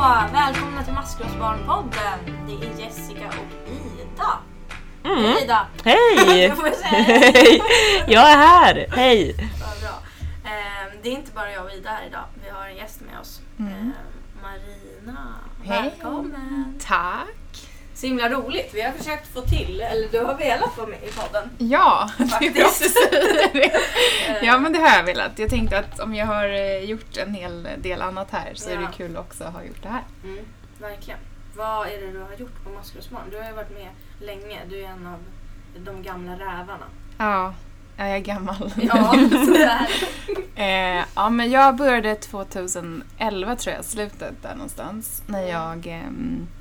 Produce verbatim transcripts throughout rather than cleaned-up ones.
Välkomna till Maskrosbarnpodden. Det är Jessica och Ida. Mm. Hej Ida. Hej! Hej! Jag är här. Hej! Vad bra. Eh, det är inte bara jag och Ida här idag. Vi har en gäst med oss. Mm. Eh, Marina. Hej. Välkommen. Tack! Så himla roligt. Vi har försökt få till, eller du har velat vara med i podden. Ja, det är bra att du Faktiskt. säger det. Ja, men det har jag velat. Jag tänkte att om jag har eh, gjort en hel del annat här så är det Ja. kul också att ha gjort det här. Mm, verkligen. Vad är det du har gjort på Maskrosbarn? Du har ju varit med länge. Du är en av de gamla rävarna. Ja, jag är gammal. Ja, så är det. eh, ja, men jag började tjugoelva tror jag, slutet där någonstans. När jag eh,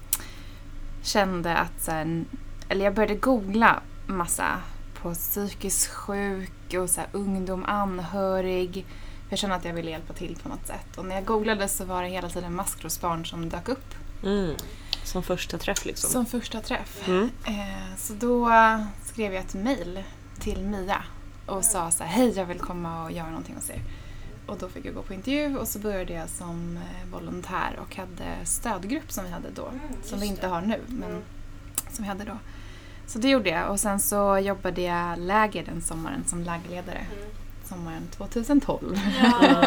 kände att så här, eller jag började googla massa på psykisk sjuk och så här, ungdom, anhörig. Jag kände att jag ville hjälpa till på något sätt. Och när jag googlade så var det hela tiden Maskrosbarn som dök upp. Mm. Som första träff liksom. Som första träff. Mm. Eh, så då skrev jag ett mejl till Mia och sa så här: hej, jag vill komma och göra någonting hos er. Och då fick jag gå på intervju och så började jag som eh, volontär och hade stödgrupp som vi hade då. Mm, just som vi inte det. har nu, men Mm. som vi hade då. Så det gjorde jag och sen så jobbade jag läger den sommaren som lägerledare. Mm. Sommaren tjugohundratolv. Ja.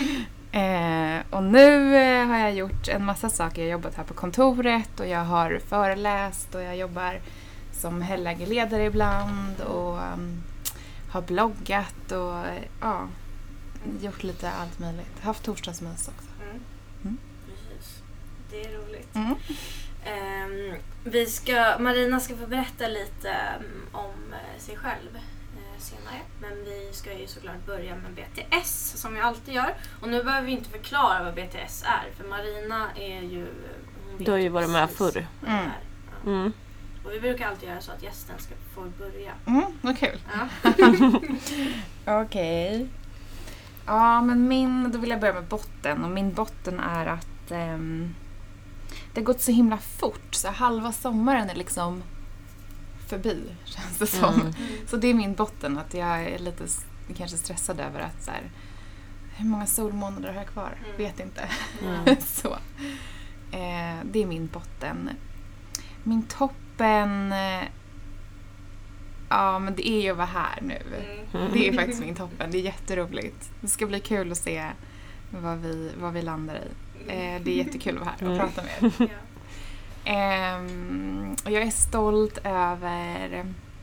Eh, och nu eh, har jag gjort en massa saker. Jag har jobbat här på kontoret och jag har föreläst och jag jobbar som hellägerledare ibland och um, har bloggat och eh, ja, gjort lite allt möjligt. Haft torsdagsmys också. Mm. Mm. Precis. Det är roligt. Mm. Ehm, vi ska, Marina ska få berätta lite um, om eh, sig själv eh, senare. Men vi ska ju såklart börja med B T S som vi alltid gör. Och nu behöver vi inte förklara vad B T S är. För Marina är ju... hon vet Du har ju varit med precis förr. vad det Mm. är. Ja. Mm. Och vi brukar alltid göra så att gästen ska få börja. Mm, vad kul. Ja. Okej. Ja, men min, då vill jag börja med botten. Och min botten är att ehm, det har gått så himla fort. Så halva sommaren är liksom förbi, känns det som. Mm. Så det är min botten, att jag är lite s- kanske stressad över att så här, hur många solmånader har jag kvar? Mm. Vet inte. Mm. så. Eh, det är min botten. Min toppen... Eh, ja, men det är ju att vara här nu. Mm. Det är faktiskt min toppen. Det är jätteroligt. Det ska bli kul att se vad vi, vad vi landar i. Eh, det är jättekul att vara här och Mm. prata med er. Ja. Ehm, och jag är stolt över...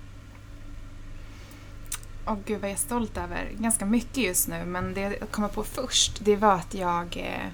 Åh gud, vad jag är stolt över. Ganska mycket just nu, men det jag kommer på först, det var att jag... Eh...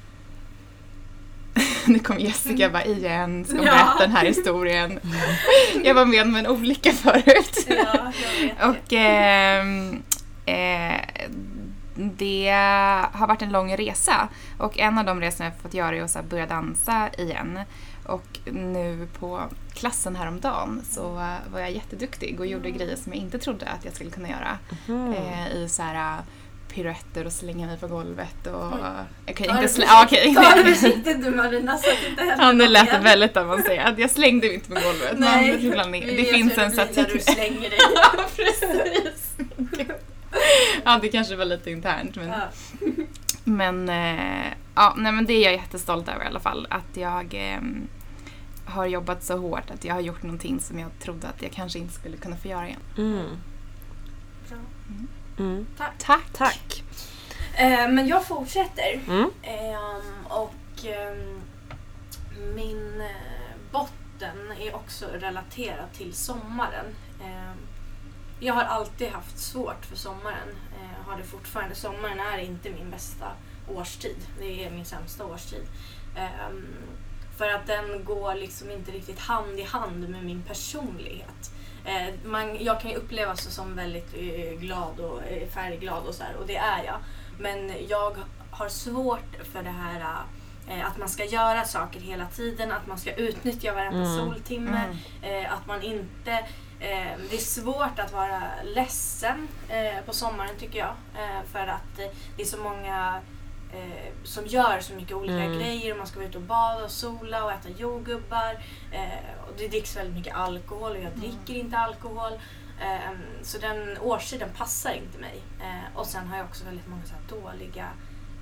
nu kommer Jessica bara igen, ska Ja. berätta den här historien. jag var med om en olycka förut. Ja, jag vet det. Och ehm, eh, det har varit en lång resa. Och en av de resorna jag fått göra är att så här börja dansa igen. Och nu på klassen häromdagen så eh, var jag jätteduktig och gjorde grejer som jag inte trodde att jag skulle kunna göra. Mm. Eh, I så här piruetter och slänga mig på golvet. Och, Oj. jag kan Ta inte det slä, ah, okej. Ta det försiktigt du Marina så att det inte händer Ja, det något lät igen. väldigt avancerat. Jag slängde mig inte på golvet. Nej, Man trillade ner. vi Det vet finns hur en det så blir när du slänger dig. Ja, precis. Ja, det kanske var lite internt. Men, Ja. men, eh, ja, nej, men det är jag jättestolt över i alla fall. Att jag eh, har jobbat så hårt. Att jag har gjort någonting som jag trodde att jag kanske inte skulle kunna få göra igen. Mm. Bra. Mm. Tack. Tack. Eh, men jag fortsätter. Mm. Ehm, och ehm, min eh, botten är också relaterad till sommaren. Ehm, jag har alltid haft svårt för sommaren. Eh, har det fortfarande. Sommaren är inte min bästa årstid. Det är min sämsta årstid. Ehm, för att den går liksom inte riktigt hand i hand med min personlighet. Eh, man, jag kan ju upplevas som väldigt eh, glad och eh, färgglad och så här, och det är jag. Men jag har svårt för det här eh, att man ska göra saker hela tiden, att man ska utnyttja varenda Mm. soltimme, Mm. eh, att man inte... Eh, det är svårt att vara ledsen eh, på sommaren tycker jag, eh, för att eh, det är så många eh, som gör så mycket olika Mm. grejer och man ska vara ute och bada och sola och äta jordgubbar eh, och det dricks väldigt mycket alkohol och jag dricker mm. inte alkohol. Um, så den årstiden passar inte mig. Uh, och sen har jag också väldigt många så här dåliga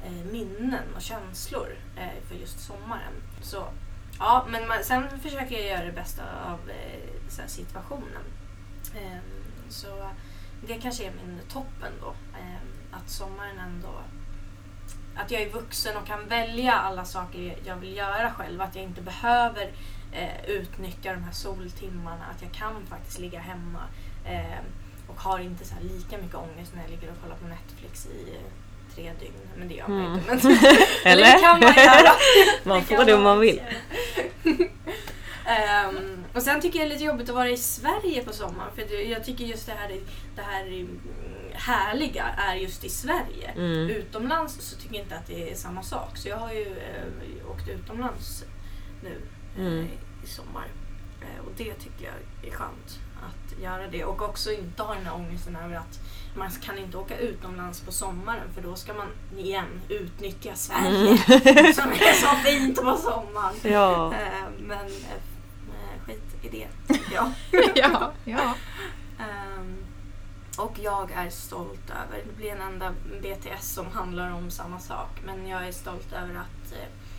eh, minnen och känslor eh, för just sommaren. Så ja, men man, sen försöker jag göra det bästa av eh, så här, situationen. Eh, så det kanske är min toppen då. Eh, att sommaren ändå... Att jag är vuxen och kan välja alla saker jag vill göra själv. Att jag inte behöver eh, utnyttja de här soltimmarna. Att jag kan faktiskt ligga hemma. Eh, och har inte så här lika mycket ångest när jag ligger och kollar på Netflix i eh, tre dygn. Men det gör man Mm. inte. Men, Eller? det kan man göra. Man Det får kan det om man vill. um, och sen tycker jag det är lite jobbigt att vara i Sverige på sommaren. För jag tycker just det här, det här härliga är just i Sverige. Mm. Utomlands så tycker jag inte att det är samma sak. Så jag har ju eh, åkt utomlands nu eh, Mm. i sommar. Eh, och det tycker jag är skönt att göra det. Och också inte ha den här ångesten över att man kan inte åka utomlands på sommaren för då ska man igen utnyttja Sverige Mm. som är så fint på sommaren. Ja. Eh, men eh, skit i det, tycker jag. ja, ja. Um, och jag är stolt över, det blir en enda B T S som handlar om samma sak, men jag är stolt över att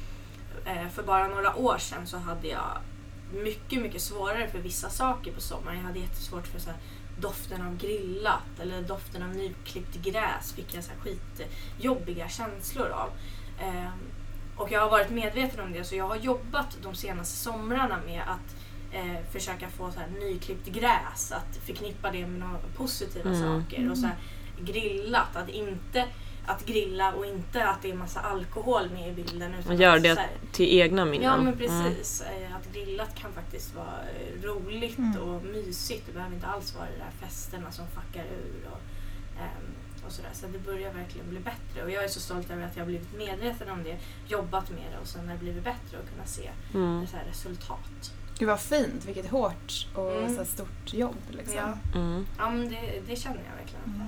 eh, för bara några år sedan så hade jag mycket, mycket svårare för vissa saker på sommaren. Jag hade jättesvårt för så här, doften av grillat eller doften av nyklippt gräs fick jag så här skitjobbiga känslor av. Eh, och jag har varit medveten om det, så jag har jobbat de senaste somrarna med att eh, försöka få så här nyklippt gräs, att förknippa det med några positiva Mm. saker. Och så här, grillat, att inte att grilla och inte att det är massa alkohol med i bilden. Utan Man gör att, det så här, till egna minnen. ja, men Mm. precis. Eh, Att grillat kan faktiskt vara eh, roligt Mm. och mysigt. Det behöver inte alls vara de där festerna som fuckar ur och, ehm, och sådär. Så det börjar verkligen bli bättre. Och jag är så stolt över att jag har blivit medveten om det, jobbat med det och sen har det blivit bättre och kunna se Mm. så här resultat. Gud vad fint, vilket hårt och Mm. så här stort jobb liksom. Ja. Mm. Ja, men det, det känner jag verkligen. Mm.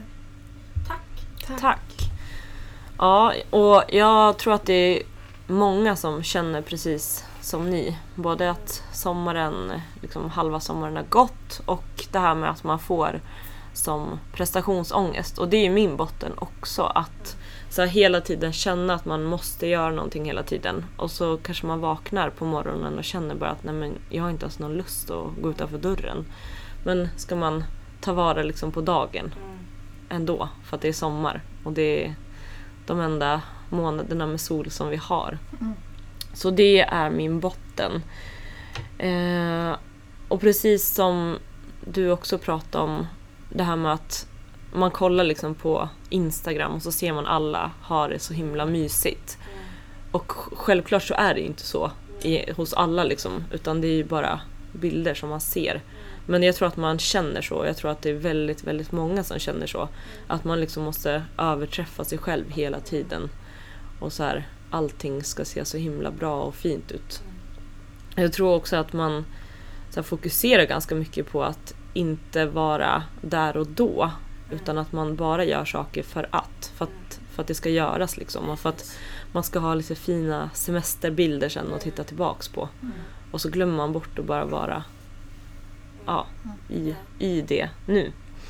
Tack. Tack. Ja, och jag tror att det är många som känner precis som ni. Både att sommaren, liksom halva sommaren har gått och det här med att man får som prestationsångest. Och det är ju min botten också, att så här, hela tiden känna att man måste göra någonting hela tiden. Och så kanske man vaknar på morgonen och känner bara att nej, men jag har inte ens någon lust att gå utanför dörren. Men ska man ta vara liksom på dagen Mm. ändå, för att det är sommar och det är de enda månaderna med sol som vi har. Mm. Så det är min botten. Eh, och precis som du också pratade om, det här med att man kollar liksom på Instagram och så ser man alla har det så himla mysigt. Mm. Och självklart så är det inte så i, hos alla liksom, utan det är ju bara bilder som man ser. Men jag tror att man känner så. Jag tror att det är väldigt, väldigt många som känner så. Att man liksom måste överträffa sig själv hela tiden. Och så här, allting ska se så himla bra och fint ut. Jag tror också att man så här, fokuserar ganska mycket på att inte vara där och då. Utan att man bara gör saker för att. För att, för att det ska göras liksom. Och för att man ska ha lite fina semesterbilder sen och titta tillbaks på. Mm. Och så glömmer man bort att bara vara ja, i, i det nu.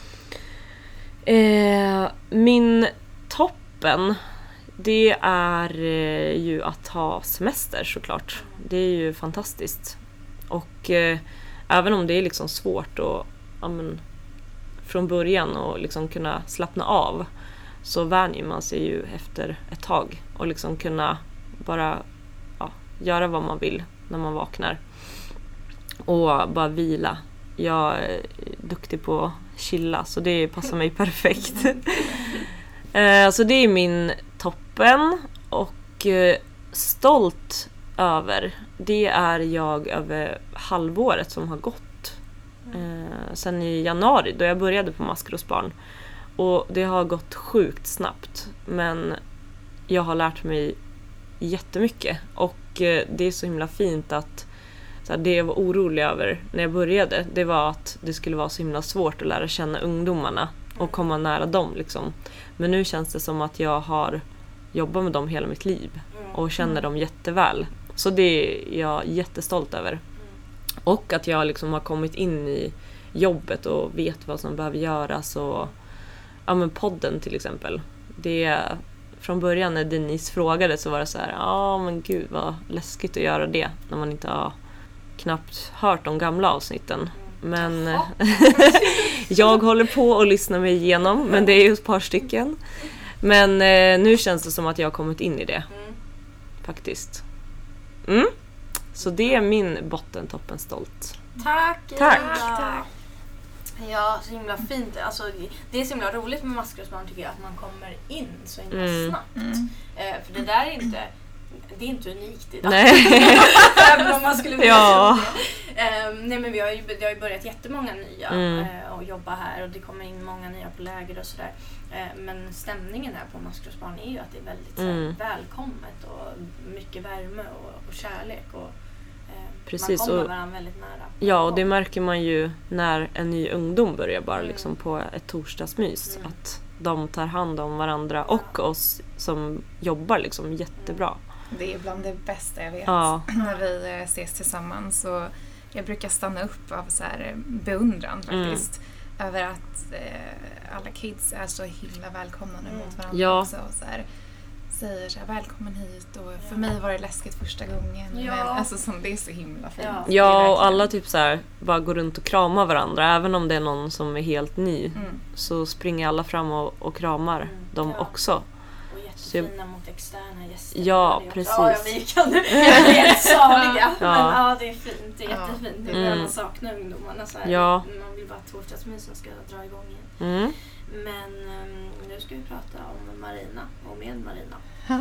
Eh, min toppen, det är eh, ju att ha semester såklart. Det är ju fantastiskt. Och eh, även om det är liksom svårt att ja, men, från början och liksom kunna slappna av, så vänjer man sig ju efter ett tag och liksom kunna bara ja, göra vad man vill när man vaknar och bara vila. Jag är duktig på att chilla, så det passar mig perfekt. eh, så det är min toppen. Och eh, stolt över, det är jag över halvåret som har gått. Eh, sen i januari då jag började på Maskrosbarn. Och det har gått sjukt snabbt. Men jag har lärt mig jättemycket. Och eh, det är så himla fint att så här, det jag var orolig över när jag började, det var att det skulle vara så himla svårt att lära känna ungdomarna och komma nära dem liksom. Men nu känns det som att jag har jobbat med dem hela mitt liv och känner dem jätteväl. Så det är jag jättestolt över. Och att jag liksom har kommit in i jobbet och vet vad som behöver göras. Och ja, men podden till exempel. Det från början när Denise frågade så var det så här, ja men gud vad läskigt att göra det när man inte har knappt hört de gamla avsnitten. Men jag håller på att lyssna mig igenom, men det är ju ett par stycken. Men eh, nu känns det som att jag har kommit in i det. Mm. Faktiskt. Mm. Så det är min botten-toppen stolt. Tack! Tack! Tack. Ja, så himla fint. Alltså, det är så himla roligt med Maskrosbarn tycker jag, att man kommer in så himla mm. snabbt. Mm. Eh, för det där är inte, det är inte unikt idag. Nej. Även om man skulle vilja ja. tro det. Eh, nej men vi har ju, det har ju börjat jättemånga nya mm. eh, och jobba här, och det kommer in många nya på läger och sådär. Eh, men stämningen här på Maskrosbarn är ju att det är väldigt mm. så här, välkommet och mycket värme och, och kärlek. Och, Precis, man kommer och, varandra väldigt nära. Ja, och det märker man ju när en ny ungdom börjar bara mm. liksom på ett torsdagsmys. Mm. Att de tar hand om varandra ja. och oss som jobbar liksom jättebra. Mm. Det är bland det bästa jag vet. Ja. När vi ses tillsammans. Så jag brukar stanna upp av så här beundran faktiskt. Mm. Över att eh, alla kids är så himla välkomnande mm. mot varandra ja. också. Och så här, säger så här, välkommen hit, och för mig var det läskigt första gången ja. men alltså som det är så himla fint. Ja, ja och alla typ så här bara går runt och kramar varandra, även om det är någon som är helt ny mm. så springer alla fram och, och kramar mm. dem ja. också. Och jättefina jag... mot externa gäster. Ja, precis. Ja, vi kan det är helt saliga. Ja. Men ja, det är fint, det är ja. jättefint. Det är mm. man saknar ungdomarna så här. Ja. Man vill bara att torsdagsmysen ska dra igång igen. Mm. Men um, nu ska vi prata om Marina och med Marina. Ha.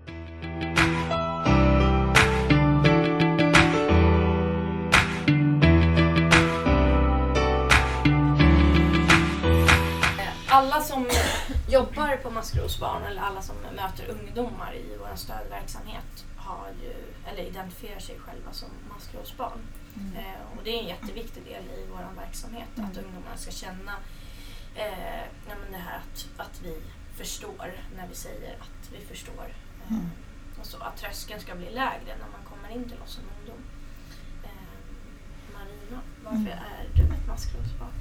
Alla som jobbar på Maskrosbarn eller alla som möter ungdomar i vår stödverksamhet har ju, eller identifierar sig själva som Maskrosbarn. Mm. Eh, och det är en jätteviktig del i vår verksamhet mm. att ungdomarna ska känna eh, ja, men det här att, att vi förstår när vi säger att vi förstår. Eh, mm. och så att tröskeln ska bli lägre när man kommer in till oss som ungdom. Eh, Marina, varför mm. är du ett Maskrosbarn?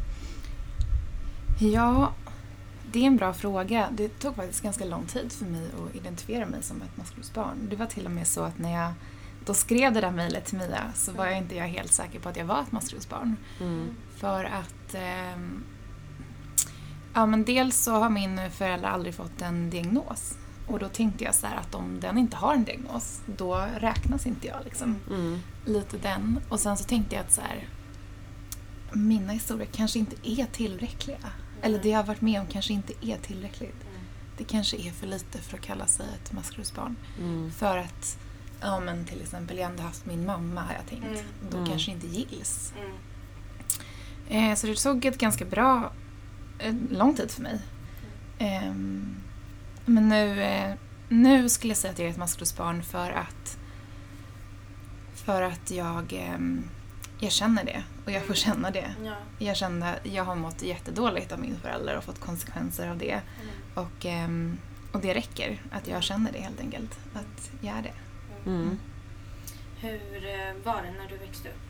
Ja, det är en bra fråga. Det tog faktiskt ganska lång tid för mig att identifiera mig som ett Maskrosbarn. Det var till och med så att när jag då skrev det där mejlet till Mia så var jag inte jag helt säker på att jag var ett Maskrosbarn. Mm. För att eh, ja, men dels så har min förälder aldrig fått en diagnos. Och då tänkte jag så här att om den inte har en diagnos, då räknas inte jag liksom. Mm. Lite den. Och sen så tänkte jag att så här, mina historier kanske inte är tillräckliga. Mm. Eller det jag har varit med om kanske inte är tillräckligt. Mm. Det kanske är för lite för att kalla sig ett Maskrosbarn. Mm. För att, ja men till exempel jag hade haft min mamma har jag tänkt. Mm. Då Mm. kanske inte gills. Mm. Eh, så det tog ett ganska bra, eh, lång tid för mig. Mm. Eh, men nu, eh, nu skulle jag säga att jag är ett Maskrosbarn för att för att jag eh, jag känner det och jag får känna det. Ja. Jag kände, jag har mått jättedåligt av min förälder och fått konsekvenser av det. Mm. Och, eh, och det räcker att jag känner det helt enkelt. Att jag är det. Mm. Hur eh, var det när du växte upp?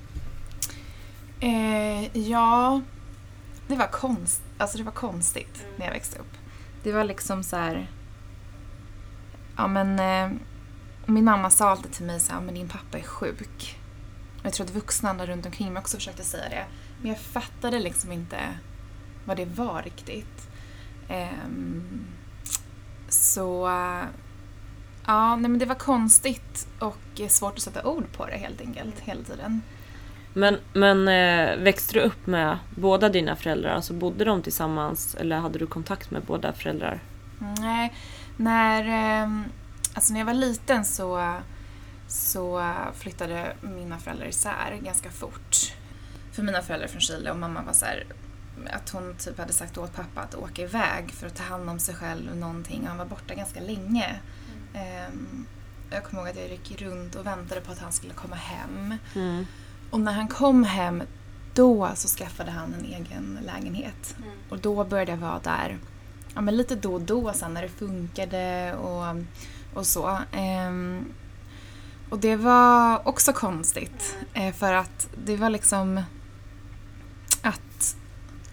Eh, ja, det var, konst, alltså det var konstigt Mm. när jag växte upp. Det var liksom så här. Ja men eh, min mamma sa alltid till mig så här, men din pappa är sjuk. Och jag tror att vuxna andra runt omkring mig också försökte säga det. Men jag fattade liksom inte vad det var riktigt. Um, så ja, nej, men det var konstigt och svårt att sätta ord på det helt enkelt hela tiden. Men, men eh, växte du upp med båda dina föräldrar? Alltså bodde de tillsammans eller hade du kontakt med båda föräldrar? Nej, när, eh, alltså när jag var liten så, så flyttade mina föräldrar isär ganska fort. För mina föräldrar från Chile och mamma var så här, att hon typ hade sagt åt pappa att åka iväg för att ta hand om sig själv någonting. Han var borta ganska länge. Mm. Jag kommer ihåg att jag gick runt och väntade på att han skulle komma hem. Mm. Och när han kom hem, då så skaffade han en egen lägenhet. Mm. Och då började jag vara där, ja, men lite då och då sen när det funkade och, och så. Ehm, och det var också konstigt. Mm. För att det var liksom att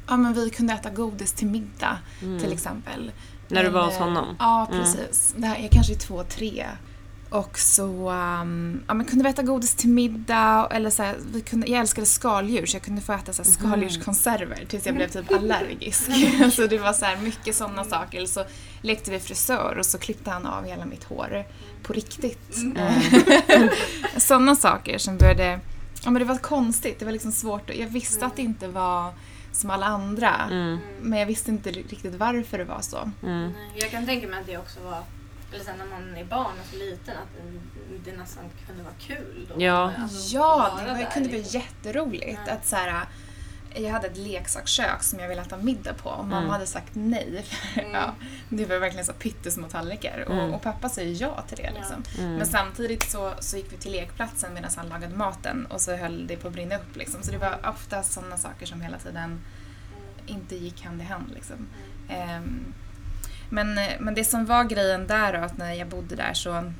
ja, men vi kunde äta godis till middag Mm. till exempel. När du var hos Eller- honom? Ja, precis. Det här, jag kanske är två, tre. Och så um, ja, men kunde vi äta godis till middag. Eller så här, vi kunde, jag älskade skaldjur så jag kunde få äta så här, skaldjurskonserver tills jag blev typ allergisk. Så det var så här, mycket sådana saker. Eller så lekte vi frisör och så klippte han av hela mitt hår på riktigt. Sådana saker som började... Ja, men det var konstigt. Det var liksom svårt. Jag visste att det inte var som alla andra. Mm. Men jag visste inte riktigt varför det var så. Mm. Nej, jag kan tänka mig att det också var, eller sen när man är barn och så liten, att det nästan kunde vara kul då. Ja. Alltså, Ja, vara det var, där kunde bli liksom. jätteroligt. Ja. Att så här, jag hade ett leksakskök som jag ville äta middag på och mamma Mm. hade sagt nej. Mm. Ja, det var verkligen så pyttesmå tallrikar Mm. och, och pappa säger ja till det. Liksom. Mm. Men samtidigt så, så gick vi till lekplatsen medan han lagade maten och så höll det på att brinna upp. Liksom. Så det var ofta sådana saker som hela tiden inte gick hand i hand. Liksom. Ehm, men, men det som var grejen där då, att när jag bodde där så...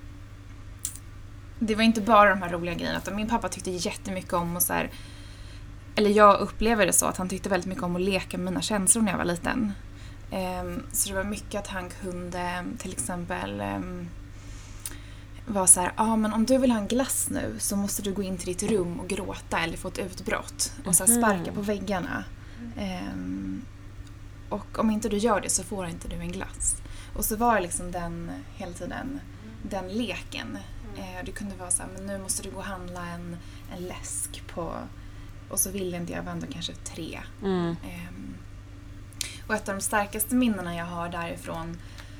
Det var inte bara de här roliga grejerna, utan min pappa tyckte jättemycket om och så här, eller jag upplever det så att han tyckte väldigt mycket om att leka med mina känslor när jag var liten. Ehm, så det var mycket att han kunde till exempel um, vara så här, ja ah, men om du vill ha en glass nu så måste du gå in till ditt rum och gråta eller få ett utbrott och så här, sparka på väggarna. Ehm, och om inte du gör det så får inte du en glass. Och så var det liksom den hela tiden, den leken. Eh, det kunde vara så här, men nu måste du gå och handla en, en läsk på... Och så ville inte jag vända kanske tre. Mm. Ehm, och ett av de starkaste minnena jag har därifrån,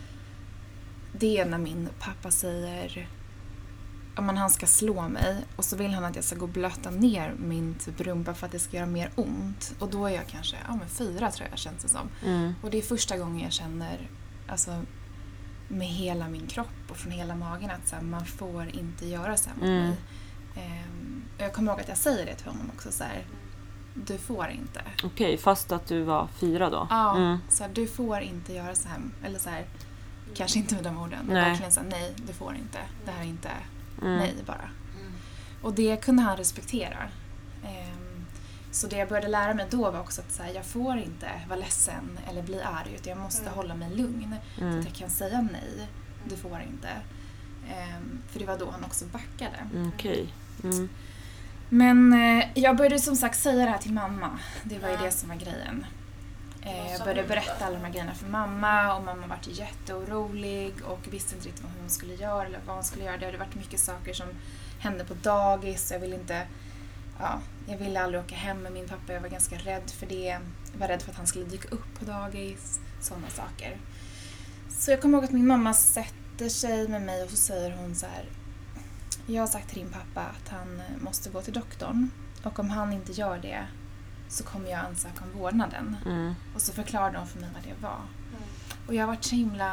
det är när min pappa säger att han ska slå mig och så vill han att jag ska gå och blöta ner min typ rumpa för att det ska göra mer ont. Och då är jag kanske ja, men fyra tror jag känns det som. Mm. Och det är första gången jag känner alltså, med hela min kropp och från hela magen att så här, man får inte göra så här mot Mm. mig. Ehm, och jag kommer ihåg att jag säger det till honom också så här, du får inte. Okej, fast att du var fyra då? Ja, Mm. så här, du får inte göra så här. Eller så här, kanske inte med de orden. Men Nej. verkligen så här, nej, du får inte. Det här är inte Mm. nej bara. Mm. Och det kunde han respektera. Ehm, så det jag började lära mig då var också att så här, jag får inte vara ledsen eller bli arg. Utan jag måste Mm. hålla mig lugn. Så Mm. att jag kan säga nej, du får inte. Ehm, för det var då han också backade. Mm, Okej. Mm. Men eh, jag började som sagt säga det här till mamma. Det var ju Ja. det som var grejen. Eh, Vad jag sa började hon berätta då? alla de här grejerna för mamma och mamma var jätteorolig och visste inte riktigt vad hon skulle göra eller vad hon skulle göra. Det hade varit mycket saker som hände på dagis. Jag ville inte... Ja, jag ville aldrig åka hem med min pappa. Jag var ganska rädd för det. Jag var rädd för att han skulle dyka upp på dagis. Sådana saker. Så jag kommer ihåg att min mamma sätter sig med mig och så säger hon så här: jag har sagt till din pappa att han måste gå till doktorn och om han inte gör det så kommer jag ansöka om vårdnaden. Mm. Och så förklarade de för mig vad det var. Mm. Och jag var så himla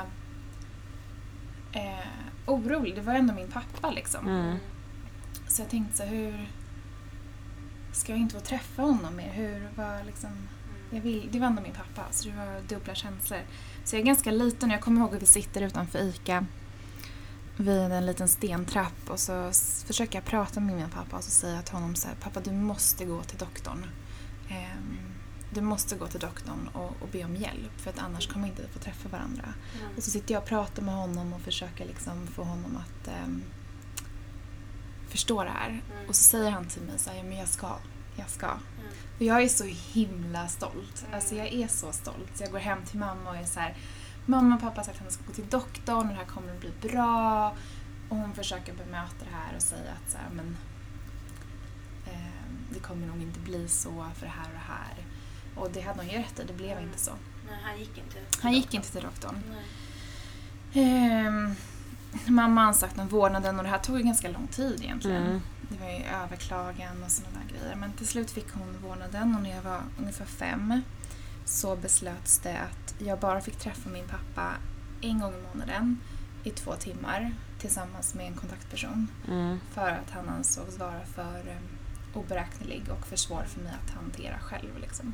eh, orolig. Det var ändå min pappa liksom. Mm. Så jag tänkte så här, hur ska jag inte få träffa honom mer? Hur var liksom... Jag vill, det var ändå min pappa, så det var dubbla känslor. Så jag är ganska liten och jag kommer ihåg att vi sitter utanför ICA vid en liten stentrapp och så s- försöker jag prata med min pappa och så säger jag till honom så här: pappa, du måste gå till doktorn. Ehm, du måste gå till doktorn och, och be om hjälp för att annars kommer vi inte få träffa varandra. Mm. Och så sitter jag och pratar med honom och försöker liksom få honom att ehm, förstå det här. Mm. Och så säger han till mig så här: ja, men jag ska, jag ska. Mm. Och jag är så himla stolt. Mm. Alltså jag är så stolt. Så jag går hem till mamma och är så här: mamma och pappa har sagt att han ska gå till doktorn och det här kommer att bli bra. Och hon försöker bemöta det här och säga att så här, men, eh, det kommer nog inte bli så för det här och det här. Och det hade hon ju rätt i, det blev Mm. inte så. Nej, han gick inte. Han gick inte till doktorn. Nej. Eh, mamma ansökte om vårdnaden och det här tog ju ganska lång tid egentligen. Mm. Det var ju överklagan och sådana där grejer. Men till slut fick hon vårdnaden och när jag var ungefär fem så beslöts det att jag bara fick träffa min pappa en gång i månaden i två timmar tillsammans med en kontaktperson. Mm. För att han ansågs vara för um, oberäknelig och för svår för mig att hantera själv. Liksom.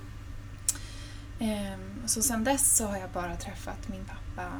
Um, så sen dess så har jag bara träffat min pappa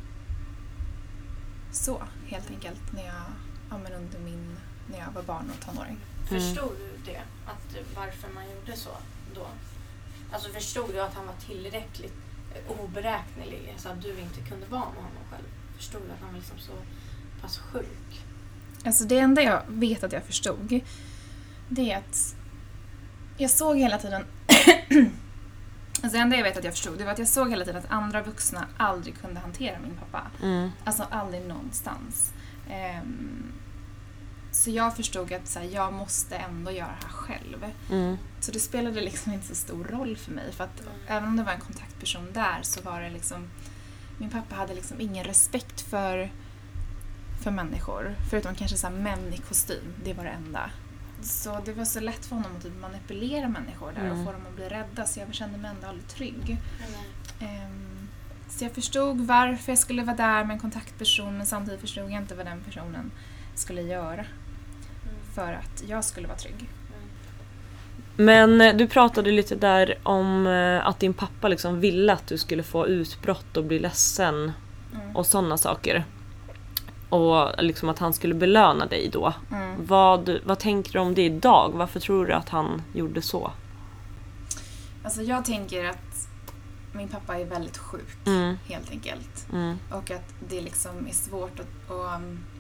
så, helt enkelt, när jag, ja, men under min, när jag var barn och tonåring. Förstod du det? Att varför man gjorde så då? Alltså förstod du att han var tillräckligt oberäknelig så att du inte kunde vara med honom själv? Förstod du att han var liksom så pass sjuk? Alltså det enda jag vet att jag förstod, det är att jag såg hela tiden alltså det enda jag vet att jag förstod, det var att jag såg hela tiden att andra vuxna aldrig kunde hantera min pappa. Mm. Alltså aldrig någonstans. Um, så jag förstod att så här, jag måste ändå göra det här själv. Mm. Så det spelade liksom inte så stor roll för mig. För att mm. även om det var en kontaktperson där så var det liksom... Min pappa hade liksom ingen respekt för, för människor. Förutom kanske så här män i kostym. Det var det enda. Så det var så lätt för honom att typ manipulera människor där mm. och få dem att bli rädda. Så jag kände mig ändå aldrig trygg. Mm. Um, så jag förstod varför jag skulle vara där med en kontaktperson. Men samtidigt förstod jag inte vad den personen skulle göra. Mm. För att jag skulle vara trygg. Men du pratade lite där om att din pappa liksom ville att du skulle få utbrott och bli ledsen mm. och sådana saker. Och liksom att han skulle belöna dig då. Mm. Vad, vad tänker du om det idag? Varför tror du att han gjorde så? Alltså jag tänker att min pappa är väldigt sjuk, mm. helt enkelt. Mm. Och att det liksom är svårt att... att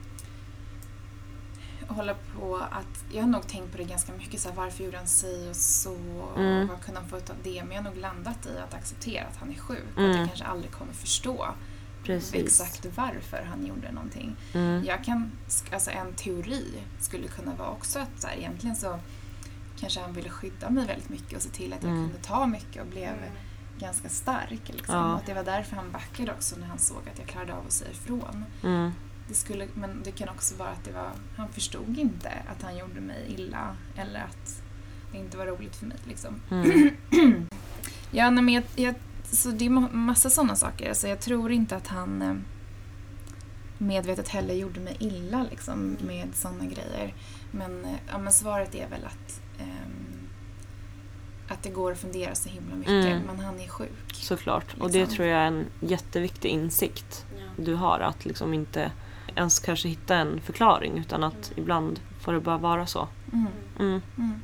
hålla på att jag har nog tänkt på det ganska mycket så här, varför gjorde han sig och så mm. och vad kunde han få ut av det, men jag har nog landat i att acceptera att han är sjuk mm. och att jag kanske aldrig kommer förstå Precis. exakt varför han gjorde någonting. Mm. Jag kan, alltså en teori skulle kunna vara också att så här, egentligen så kanske han ville skydda mig väldigt mycket och se till att jag mm. kunde ta mycket och blev mm. ganska stark liksom. Ja. Och att det var därför han backade också när han såg att jag klarade av att säga ifrån. Mm. Det skulle, men det kan också vara att det var, han förstod inte att han gjorde mig illa eller att det inte var roligt för mig liksom. Mm. ja, nej, men jag, jag, så det är massa sådana saker. Alltså jag tror inte att han medvetet heller gjorde mig illa liksom med sådana grejer. Men, ja, men svaret är väl att um, att det går att fundera så himla mycket. Mm. Men han är sjuk. Såklart. Liksom. Och det tror jag är en jätteviktig insikt ja. du har. Att liksom inte ens kanske hitta en förklaring. Utan att mm. ibland får det bara vara så. Mm. Mm. Mm.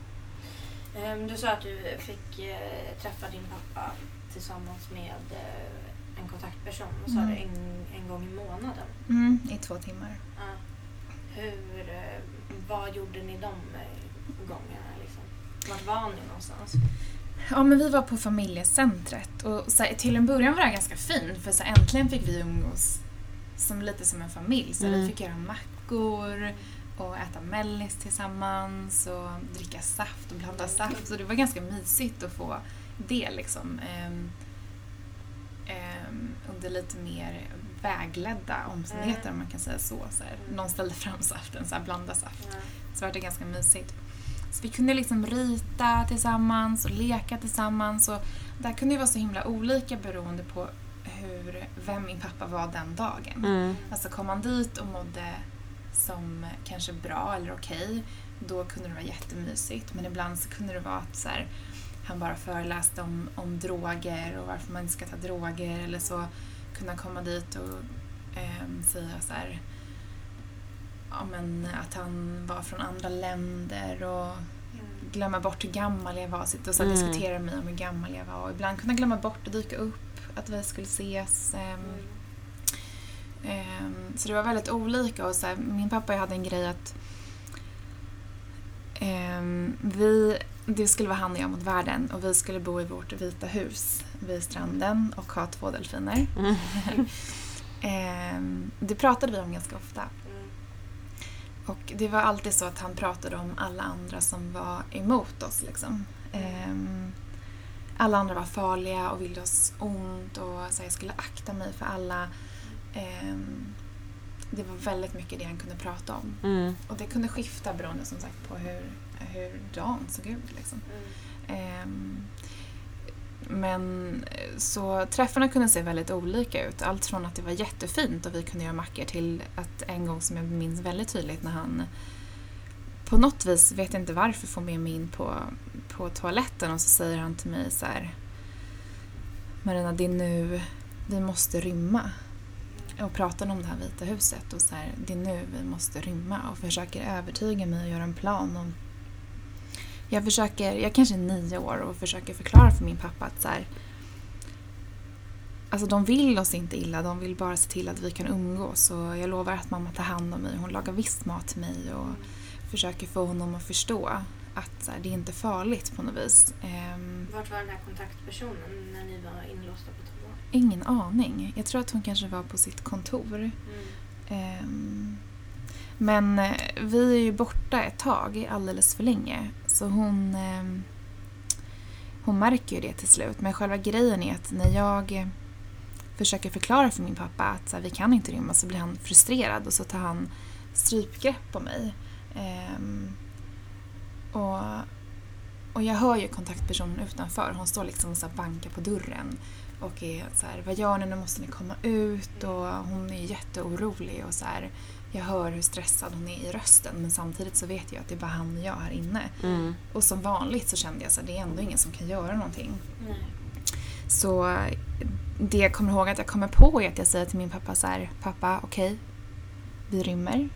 Um, du sa att du fick uh, träffa din pappa tillsammans med uh, en kontaktperson. Och mm. sa det en, en gång i månaden. Mm, i två timmar. Uh. Hur, uh, vad gjorde ni de uh, gångerna? Liksom? Vart var ni någonstans? Ja, men vi var på familjecentret. Och så här, till en början var det ganska fint. För så här, äntligen fick vi umgås som, lite som en familj. Så mm. vi fick göra mackor och äta mellis tillsammans och dricka saft och blanda saft. Så det var ganska mysigt att få det liksom. Um, um, under lite mer vägledda omständigheter mm. om man kan säga så. så här. Någon ställde fram saften, så här, blanda saft. Mm. Så var det ganska mysigt. Så vi kunde liksom rita tillsammans och leka tillsammans. Och det kunde ju vara så himla olika beroende på hur, vem min pappa var den dagen. Mm. Alltså kom han dit och mådde som kanske bra eller okej, då kunde det vara jättemysigt. Men ibland så kunde det vara att så här, han bara föreläste om, om droger och varför man inte ska ta droger. Eller så kunde han komma dit och eh, säga så här... Ja, men att han var från andra länder och glömma bort hur gammal jag var. Och så mm. diskutera med mig om hur gammal jag var. Och ibland kunde jag glömma bort att dyka upp. Att vi skulle ses. Um, um, så det var väldigt olika. Och så här, min pappa hade en grej att um, vi, det skulle vara han och jag mot världen. Och vi skulle bo i vårt vita hus vid stranden och ha två delfiner. Mm. um, det pratade vi om ganska ofta. Och det var alltid så att han pratade om alla andra som var emot oss. Liksom. Um, alla andra var farliga och ville oss ont. Och så jag skulle akta mig för alla. Um, det var väldigt mycket det han kunde prata om. Mm. Och det kunde skifta beroende som sagt på hur, hur dagen såg ut. Liksom. Mm. Um, men så träffarna kunde se väldigt olika ut. Allt från att det var jättefint och vi kunde göra mackor till att en gång som jag minns väldigt tydligt när han på något vis, vet inte varför, får med mig in på, på toaletten och så säger han till mig så här: Marina, det är nu, vi måste rymma. Och pratar om det här vita huset och så här, det är nu vi måste rymma, och försöker övertyga mig och göra en plan om jag försöker, jag kanske är nio år och försöker förklara för min pappa att så här, alltså de vill oss inte illa, de vill bara se till att vi kan umgås. Och jag lovar att mamma tar hand om mig. Hon lagar visst mat till mig och försöker få honom att förstå att så här, det är inte farligt på något vis. Um, Vart var den här kontaktpersonen när ni var inlåsta på toa? Ingen aning. Jag tror att hon kanske var på sitt kontor. Mm. Um, men vi är ju borta ett tag, alldeles för länge. Så hon, um, hon märker ju det till slut. Men själva grejen är att när jag försöker förklara för min pappa att så här, vi kan inte rymma, så blir han frustrerad och så tar han strypgrepp på mig. Um, och, och jag hör ju kontaktpersonen utanför. Hon står liksom och så här bankar på dörren och är så här, vad gör ni, nu måste ni komma ut. Och hon är jätteorolig och så här, jag hör hur stressad hon är i rösten, men samtidigt så vet jag att det är bara han och jag här inne. Mm. Och som vanligt så kände jag så här, det är ändå ingen som kan göra någonting. Nej. Så det jag kommer ihåg att jag kommer på är att jag säger till min pappa så här, pappa, okej, okay, vi rymmer. Mm.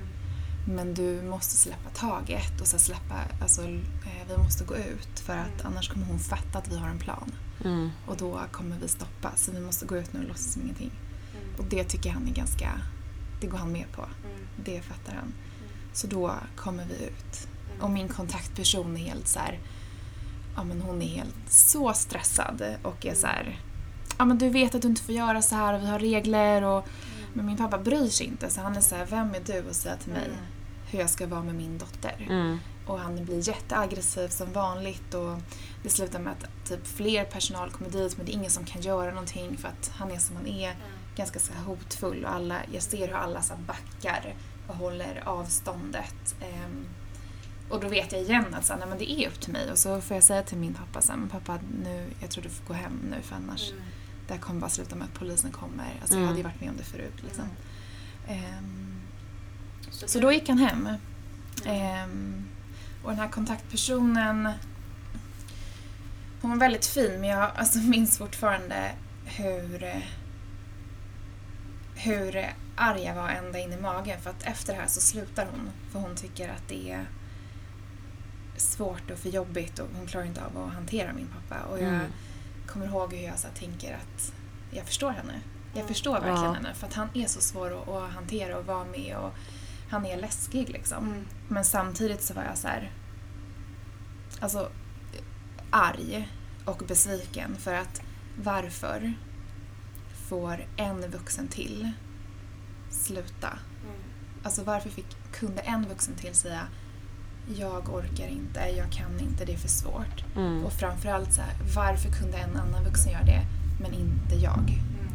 Men du måste släppa taget och så släppa, alltså eh, vi måste gå ut för att Mm. annars kommer hon fatta att vi har en plan. Mm. Och då kommer vi stoppa, så vi måste gå ut nu och låtsas som ingenting. Mm. Och det tycker han är ganska, det går han med på. Mm. Det fattar han. Mm. Så då kommer vi ut. Mm. Och min kontaktperson är helt så här, ja men hon är helt så stressad och är så här, ja men du vet att du inte får göra så här och vi har regler och Mm. men min pappa bryr sig inte, så han är så här, vem är du att säga till mig Mm. hur jag ska vara med min dotter? Mm. Och han blir jätteaggressiv som vanligt och det slutar med att typ fler personal kommer dit, men det är ingen som kan göra någonting för att han är som han är, Mm. ganska så här hotfull och alla, jag ser hur alla så här backar och håller avståndet. Ehm, och då vet jag igen att så här, nej, men det är upp till mig, och så får jag säga till min pappa så här, men pappa, nu, jag tror du får gå hem nu för annars Mm. det här kommer bara sluta med att polisen kommer. Alltså Mm. jag hade ju varit med om det förut liksom. Mm. Ehm, Så, så du- då gick han hem. Mm. Ehm, och den här kontaktpersonen, hon var väldigt fin, men jag alltså, minns fortfarande hur hur arg jag var ända in i magen, för att efter det här så slutar hon, för hon tycker att det är svårt och för jobbigt och hon klarar inte av att hantera min pappa. Och jag Mm. kommer ihåg hur jag så här, tänker att jag förstår henne. Jag Mm. förstår verkligen Ja. henne, för att han är så svår att, att hantera och vara med, och han är läskig liksom. Mm. Men samtidigt så var jag så här, alltså arg och besviken, för att varför får en vuxen till sluta? Mm. Alltså varför fick, kunde en vuxen till säga jag orkar inte, jag kan inte, det är för svårt. Mm. Och framförallt så här, varför kunde en annan vuxen göra det men inte jag? Mm.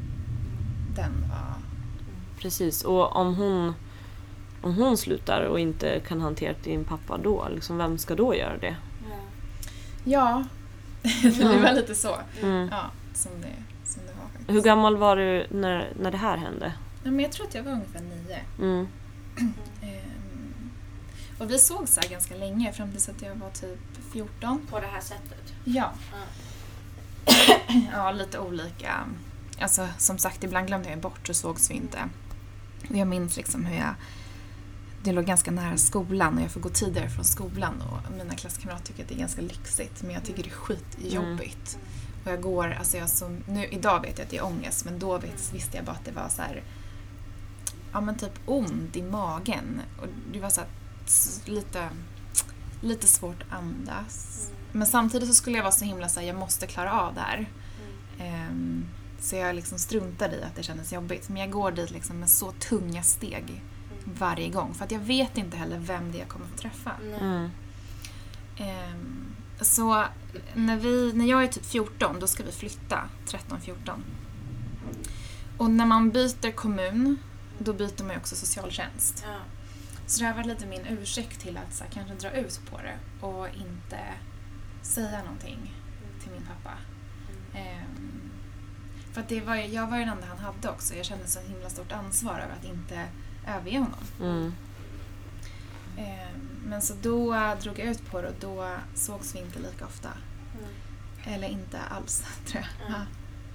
Den var... Precis, och om hon, om hon slutar och inte kan hantera din pappa då, liksom, vem ska då göra det? Ja. Ja, det var lite så. Mm. Ja, som det, som det var faktiskt. Hur gammal var du när, när det här hände? Ja, men jag tror att jag var ungefär nio. Mm. Ehm, och vi såg så här ganska länge, fram tills att jag var typ fjorton. På det här sättet. Ja. Ja. Ja, lite olika. Alltså som sagt, ibland glömde jag bort så sågs vi inte. Och jag minns liksom hur jag... Det låg ganska nära skolan och jag får gå tidigare från skolan. Och mina klasskamrater tycker att det är ganska lyxigt. Men jag tycker det är skitjobbigt. Mm. Och jag går... Alltså jag som, nu, idag vet jag att det är ångest. Men då vet, visste jag bara att det var så här... Ja, men typ ont i magen. Och det var så här, s- lite... Lite svårt att andas. Mm. Men samtidigt så skulle jag vara så himla så här, jag måste klara av det här. Mm. Ehm, så jag liksom struntade i att det kändes jobbigt. Men jag går dit liksom med så tunga steg Mm. varje gång. För att jag vet inte heller vem det är jag kommer få träffa. Nej. Mm. Ehm, så när, vi, när jag är typ fjorton, då ska vi flytta. tretton fjorton. Och när man byter kommun, då byter man ju också socialtjänst. Ja. Så det här var lite min ursäkt till att så här, kanske dra ut på det. Och inte säga någonting till min pappa. Mm. Ehm, för att det var, ju- jag var ju den enda han hade också. Jag kände så himla himla stort ansvar över att inte överge honom. Mm. Ehm, men så då drog jag ut på det och då sågs vi inte lika ofta. Mm. Eller inte alls, tror jag. Mm. Ja.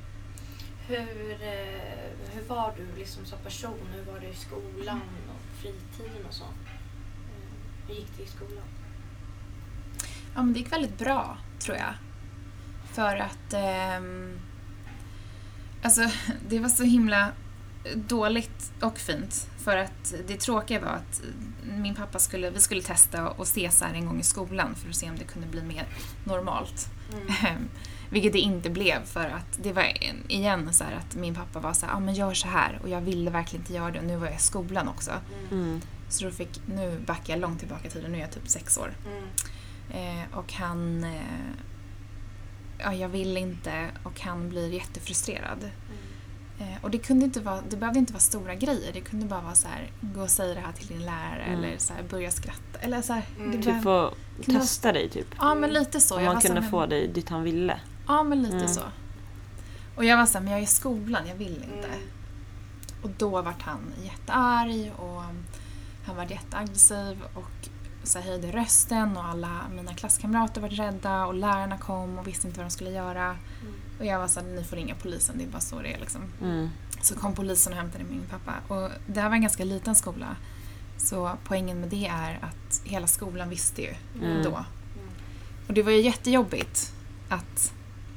Hur, eh, hur var du liksom som person? Hur var det i skolan och fritiden och så? Eh, Hur gick det i skolan? Ja, men det gick väldigt bra, tror jag. För att ehm, alltså, det var så himla dåligt och fint. För att det tråkiga var att min pappa skulle, vi skulle testa och se så här en gång i skolan för att se om det kunde bli mer normalt. Mm. Vilket det inte blev, för att det var igen så här att min pappa var så här, ja ah, men gör så här, och jag ville verkligen inte göra det, och nu var jag i skolan också. Mm. Så då fick, nu backar jag långt tillbaka i tiden, nu är jag typ sex år. Mm. Eh, och han eh, ja, jag vill inte, och han blir jättefrustrerad. Mm. Eh, och det kunde inte vara, det behövde inte vara stora grejer, det kunde bara vara så här, gå och säga det här till din lärare, mm. eller så här, börja skratta eller så här, mm. det typ få testa dig typ. Ja, men lite så. Om jag man kunde så, få dig dit han ville. Ja, men lite mm. så. Och jag var så här, men jag är i skolan, jag vill inte. Mm. Och då var han jättearg, och han var jätteaggressiv och så höjde rösten, och alla mina klasskamrater var rädda, och lärarna kom och visste inte vad de skulle göra. Mm. Och jag var så här, ni får ringa polisen, det är bara så det är liksom. Mm. Så kom polisen och hämtade min pappa. Och det här var en ganska liten skola. Så poängen med det är att hela skolan visste ju mm. då. Mm. Och det var ju jättejobbigt att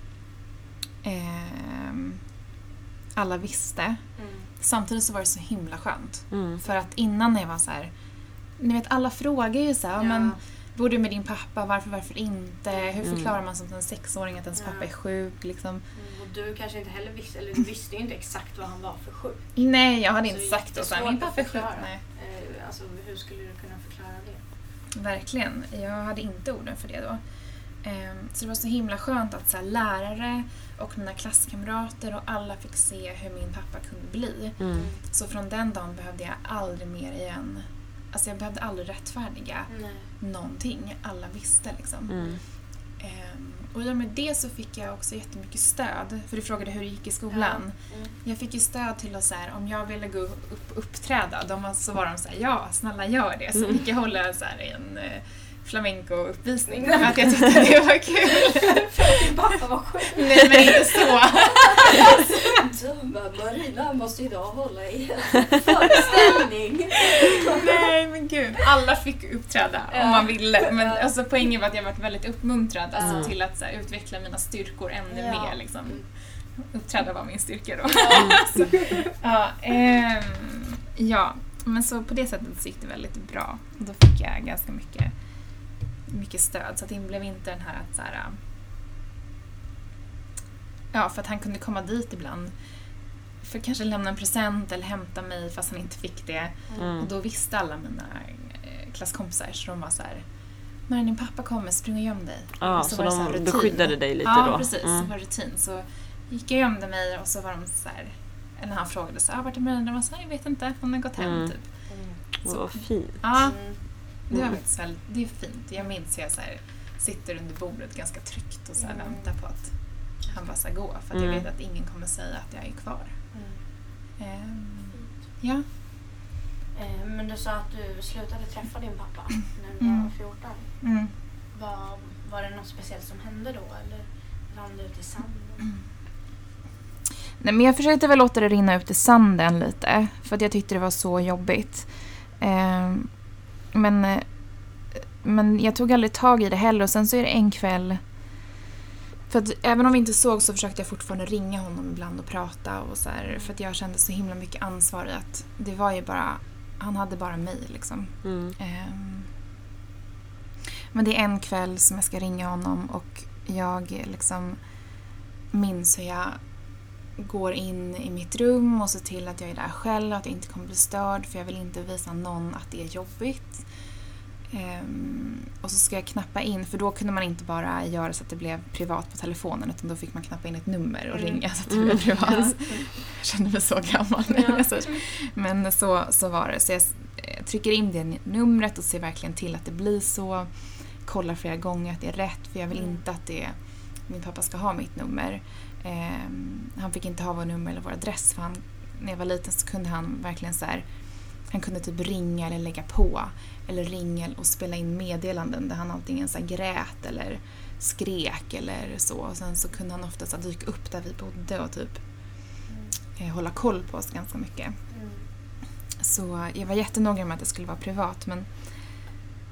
eh, alla visste. Mm. Samtidigt så var det så himla skönt. Mm. För att innan jag var så här, ni vet, alla frågar ju så här, ja. men bor du med din pappa, varför, varför inte? Hur förklarar mm. man som en sexåring att ens ja. pappa är sjuk? Liksom? Mm, och du kanske inte heller visste, eller du visste ju inte exakt vad han var för sjuk. Nej, jag hade inte sagt det. Så här, min pappa är sjuk. Nej. Eh, alltså, hur skulle du kunna förklara det? Verkligen. Jag hade inte orden för det då. Eh, så det var så himla skönt att så här, lärare och mina klasskamrater och alla fick se hur min pappa kunde bli. Mm. Så från den dagen behövde jag aldrig mer igen. Alltså jag behövde aldrig rättfärdiga Nej. någonting. Alla visste liksom. Mm. Um, och i och med det så fick jag också jättemycket stöd. För du frågade hur det gick i skolan. Ja. Mm. Jag fick ju stöd till att så här, om jag ville gå upp uppträda, de, så var de så här, ja, snälla gör det. Så mm. fick jag hålla så här en uh, flamenco-uppvisning. För att jag tyckte det var kul. För att din pappa var sjuk. Nej, men inte så. Dumma Marina måste idag hålla i en föreställning. Nej, men gud. Alla fick uppträda ja. om man ville. Men alltså, poängen var att jag varit väldigt uppmuntrad alltså, mm. till att så här, utveckla mina styrkor ännu ja. mer. Liksom. Uppträda var min styrka då. Ja, så, ja, ähm, ja, men så på det sättet så gick det väldigt bra. Då fick jag ganska mycket, mycket stöd. Så att det blev inte den här att så här, ja, för att han kunde komma dit ibland för att kanske lämna en present eller hämta mig fast han inte fick det. Mm. Och då visste alla mina klasskompisar, så de var så här, när din pappa kommer, spring och göm dig. Ja, så, så de så beskyddade dig lite ja, då? Ja, precis. Mm. Så var det rutin. Så gick jag och gömde mig, och så var de så här, när han frågade så här, vart är Marina? De var så här, jag vet inte, hon har gått hem mm. typ. Mm. Så vad fint. Ja, det var faktiskt väldigt, det är fint. Jag minns jag så här, sitter under bordet ganska tryggt och så här, mm. väntar på att han bara ska gå, för att mm. jag vet att ingen kommer säga att jag är kvar. Mm. Um, ja. Eh, men du sa att du slutade träffa din pappa när du mm. var fjorton. Mm. Var, var det något speciellt som hände då, eller rann det ut i sanden? Mm. Nej, men jag försökte väl låta det rinna ut i sanden lite, för att jag tyckte det var så jobbigt. Um, men, men jag tog aldrig tag i det heller, och sen så är det en kväll. För att även om vi inte såg så försökte jag fortfarande ringa honom ibland och prata och så här, för att jag kände så himla mycket ansvar i att det var ju bara, han hade bara mig liksom. Mm. Um, men det är en kväll som jag ska ringa honom, och jag liksom minns hur jag går in i mitt rum och ser till att jag är där själv, att jag inte kommer bli störd, för jag vill inte visa någon att det är jobbigt. Um, och så ska jag knappa in, för då kunde man inte bara göra så att det blev privat på telefonen, utan då fick man knappa in ett nummer och mm. ringa så att det blev privat. Mm. Jag kände mig så gammal nu. Ja. Men så, så var det. Så jag trycker in det numret och ser verkligen till att det blir så. Kollar flera gånger att det är rätt, för jag vill mm. inte att det, min pappa ska ha mitt nummer. Um, han fick inte ha vår nummer eller vår adress, för han, när jag var liten så kunde han verkligen så här, han kunde typ ringa eller lägga på eller ringa och spela in meddelanden där han antingen så här grät eller skrek eller så. Och sen så kunde han ofta så dyka upp där vi bodde och typ mm. eh, hålla koll på oss ganska mycket. Mm. Så jag var jättenoga med att det skulle vara privat, men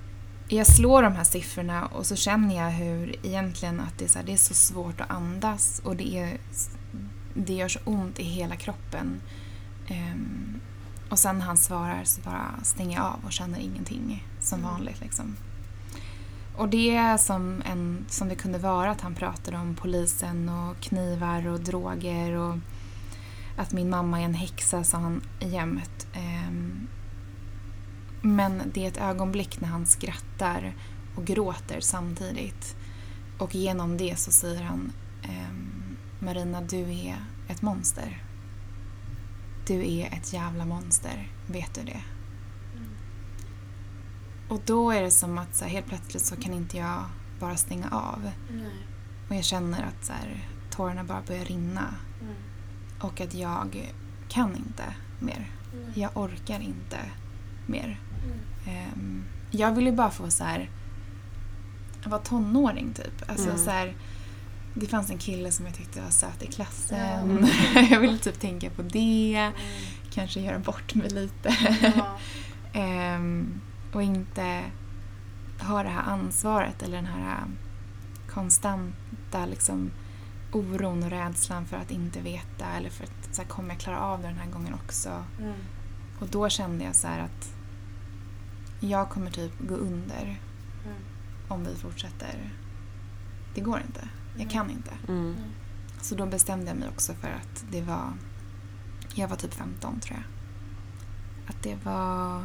jag slår de här siffrorna och så känner jag hur egentligen att det är så, här, det är så svårt att andas och det, är, det gör så ont i hela kroppen. Um, och sen när han svarar så bara stänger jag av och känner ingenting som Mm. vanligt. Liksom. Och det är som, en, som det kunde vara att han pratade om polisen och knivar och droger och att min mamma är en häxa, sa han jämt. Um, men det är ett ögonblick när han skrattar och gråter samtidigt. Och genom det så säger han ehm, Marina, du är ett monster. Du är ett jävla monster. Vet du det? Mm. Och då är det som att så här, helt plötsligt så kan inte jag bara stänga av. Nej. Och jag känner att så här, tårarna bara börjar rinna. Mm. Och att jag kan inte mer. Nej. Jag orkar inte mer. Mm. Um, jag ville bara få så här vara tonåring typ. Alltså Mm. så här, det fanns en kille som jag tyckte var söt i klassen. Mm. Jag ville typ tänka på det. Mm. Kanske göra bort mig lite. Ja. um, och inte ha det här ansvaret eller den här konstanta liksom, oron och rädslan för att inte veta eller för att så här, kommer jag klara av det den här gången också. Mm. Och då kände jag så här att jag kommer typ gå under Mm. om vi fortsätter. Det går inte. Jag Mm. kan inte. Mm. Så då bestämde jag mig också för att det var... Jag var typ femton tror jag. Att det var...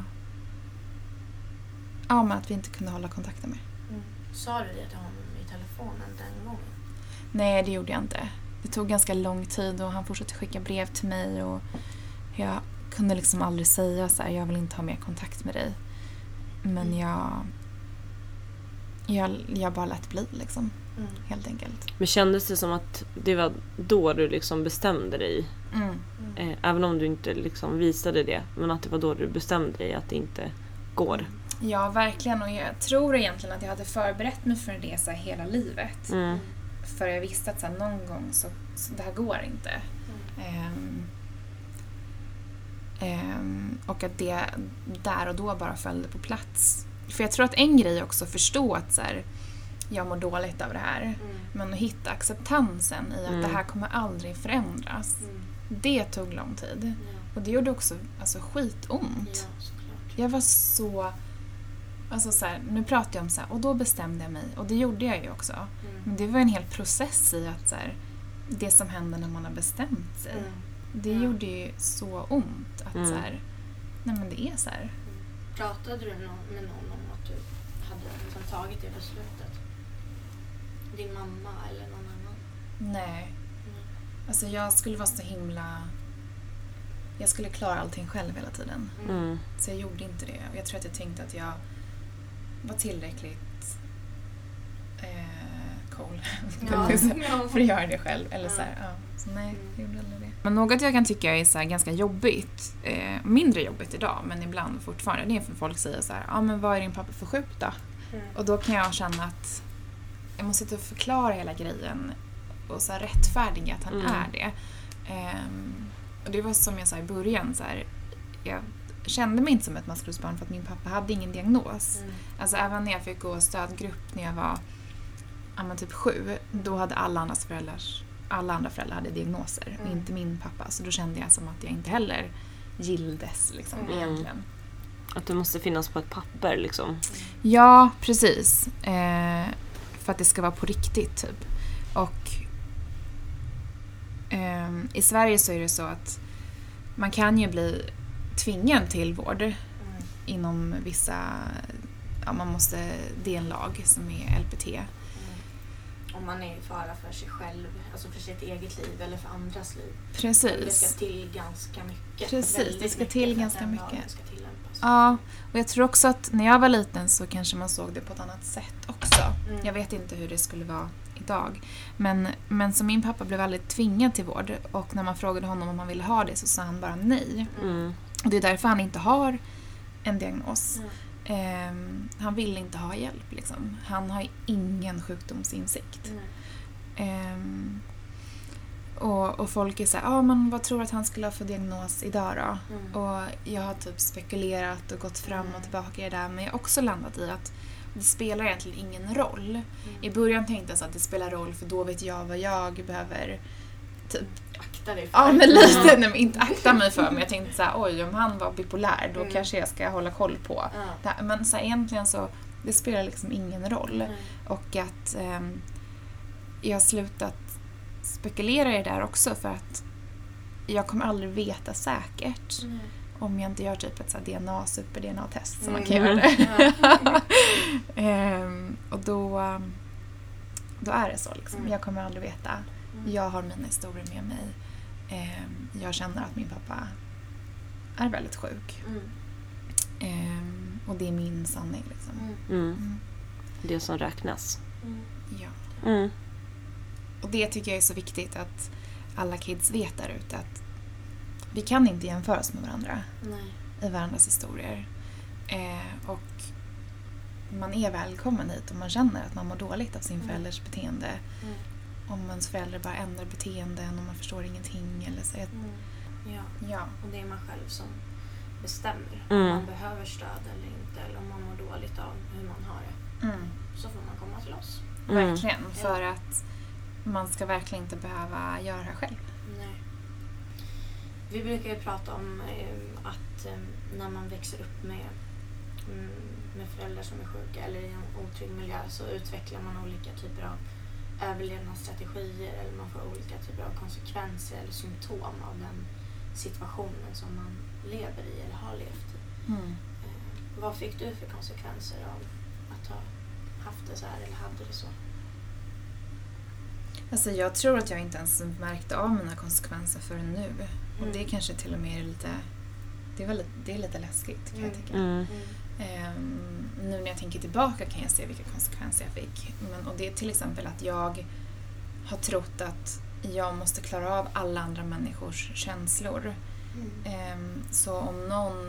Ja, men att vi inte kunde hålla kontakten med. Mm. Sa du det till honom i telefonen den gången? Nej, det gjorde jag inte. Det tog ganska lång tid och han fortsatte skicka brev till mig och jag kunde liksom aldrig säga så här, jag vill inte ha mer kontakt med dig. Men Mm. jag... Jag, jag bara lät bli liksom, Mm. helt enkelt. Men kändes det som att det var då du liksom bestämde dig? Mm. Mm. Eh, även om du inte liksom visade det. Men att det var då du bestämde dig att det inte går. Ja, verkligen. Och jag tror egentligen att jag hade förberett mig för det så här hela livet. Mm. För jag visste att så här, någon gång så, så det här går inte. Mm. Ehm, ehm, och att det där och då bara följde på plats. För jag tror att en grej också att förstå att så här, jag mår dåligt av det här. Mm. Men att hitta acceptansen i att Mm. det här kommer aldrig förändras. Mm. Det tog lång tid. Ja. Och det gjorde också alltså, skitont. Ja, såklart. Jag var så... Alltså så här, nu pratar jag om så här, och då bestämde jag mig. Och det gjorde jag ju också. Mm. Men det var en hel process i att så här, det som händer när man har bestämt sig. Mm. Det Ja. gjorde ju så ont att Mm. så här, nej men det är så här. Pratade du nå- med någon om att du hade liksom tagit det beslutet? Din mamma eller någon annan? Nej. Mm. Alltså jag skulle vara så himla... Jag skulle klara allting själv hela tiden. Mm. Så jag gjorde inte det. Och jag tror att jag tänkte att jag var tillräckligt eh, cool Ja. Ja. för att göra det själv. Eller så Ja. här, ja. Så nej, Mm. jag gjorde aldrig det. Men något jag kan tycka är så här ganska jobbigt, eh, mindre jobbigt idag, men ibland fortfarande, det är för folk säger så här, ja men vad är din pappa för sjuk då? Mm. Och då kan jag känna att jag måste sitta och förklara hela grejen och så här rättfärdiga att han Mm. är det. Ehm, och det var som jag sa i början, så här, jag kände mig inte som ett maskrosbarn för att min pappa hade ingen diagnos. Mm. Alltså även när jag fick gå stödgrupp när jag var ja, men typ sju, då hade alla andras föräldrar, alla andra föräldrar hade diagnoser och Mm. inte min pappa. Så då kände jag som att jag inte heller gilldes liksom, Mm. egentligen. Att det måste finnas på ett papper liksom. Ja, precis. Eh, för att det ska vara på riktigt typ. Och ehm, i Sverige så är det så att man kan ju bli tvingad till vård Mm. inom vissa, ja man måste, det är en lag som är L P T. Mm. Om man är i fara för sig själv, alltså för sitt eget liv eller för andras liv. Det Precis. ska till ganska mycket. Precis, Väldigt det ska mycket till för att ganska den mycket. lagen ska tillämpas. Ja, och jag tror också att när jag var liten så kanske man såg det på ett annat sätt också. Mm. Jag vet inte hur det skulle vara idag. Men, men som min pappa blev väldigt tvingad till vård och när man frågade honom om han ville ha det så sa han bara nej. Mm. Och det är därför han inte har en diagnos. Mm. Ehm, han vill inte ha hjälp liksom. Han har ingen sjukdomsinsikt. Mm. Ehm, Och, och folk är så här, ah, men vad tror du att han skulle ha för diagnos idag då? Mm. Och jag har typ spekulerat och gått fram och tillbaka i det där. Men jag har också landat i att det spelar egentligen ingen roll. Mm. I början tänkte jag så att det spelar roll för då vet jag vad jag behöver typ. Akta dig för. Ja, men lite, nej, men inte akta mig för, men jag tänkte så här, oj, om han var bipolär då Mm. kanske jag ska hålla koll på. Ja. Det här. Men så här, egentligen så, det spelar liksom ingen roll. Mm. Och att ehm, jag har slutat spekulera i det där också för att jag kommer aldrig veta säkert Mm. om jag inte gör typ ett så här D N A, super-D N A-test som Mm. man kan göra det. Ja. Ehm, och då, då är det så liksom. Mm. Jag kommer aldrig veta. Mm. Jag har mina historier med mig. Ehm, jag känner att min pappa är väldigt sjuk. Mm. Ehm, och det är min sanning liksom. Mm. Mm. Mm. Det som räknas. Mm. Ja. Mm. Och det tycker jag är så viktigt att alla kids vet där ute att vi kan inte jämföra oss med varandra Nej. i varandras historier. Eh, och man är välkommen hit om man känner att man mår dåligt av sin Mm. förälders beteende. Mm. Om ens förälder bara ändrar beteenden och man förstår ingenting. Eller så. Mm. Ja. Ja. Och det är man själv som bestämmer Mm. om man behöver stöd eller inte. Eller om man mår dåligt av hur man har det. Mm. Så får man komma till oss. Mm. Verkligen. För att man ska verkligen inte behöva göra det här själv. Nej. Vi brukar ju prata om eh, att eh, när man växer upp med, mm, med föräldrar som är sjuka eller i en otrygg miljö så utvecklar man olika typer av överlevnadsstrategier eller man får olika typer av konsekvenser eller symptom av den situationen som man lever i eller har levt i. Mm. Eh, vad fick du för konsekvenser av att ha haft det så här eller hade det så? Alltså jag tror att jag inte ens märkte av mina konsekvenser förrän nu. Mm. Och det kanske till och med är lite, det är, väldigt, det är lite läskigt kan jag Mm. tycka. Mm. Ehm, nu när jag tänker tillbaka kan jag se vilka konsekvenser jag fick. Men, och det är till exempel att jag har trott att jag måste klara av alla andra människors känslor. Mm. Ehm, så om någon,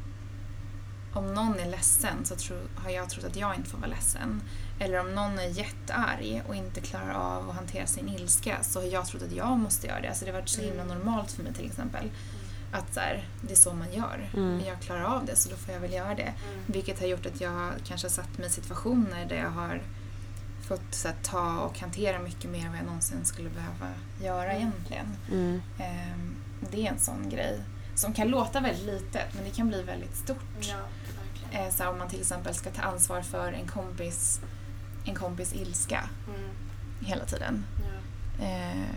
om någon är ledsen så tro, har jag trott att jag inte får vara ledsen. Eller om någon är jättearg och inte klarar av att hantera sin ilska så har jag trott att jag måste göra det. Alltså det har varit så himla Mm. normalt för mig till exempel. Att så här, det är så man gör. Mm. Jag klarar av det så då får jag väl göra det. Mm. Vilket har gjort att jag kanske har satt mig i situationer där jag har fått så här, ta och hantera mycket mer än vad jag någonsin skulle behöva göra Mm. egentligen. Mm. Ehm, det är en sån grej som kan låta väldigt litet men det kan bli väldigt stort. Ja, verkligen. Eh, så här, om man till exempel ska ta ansvar för en kompis, en kompis ilska Mm. hela tiden. Ja. Eh,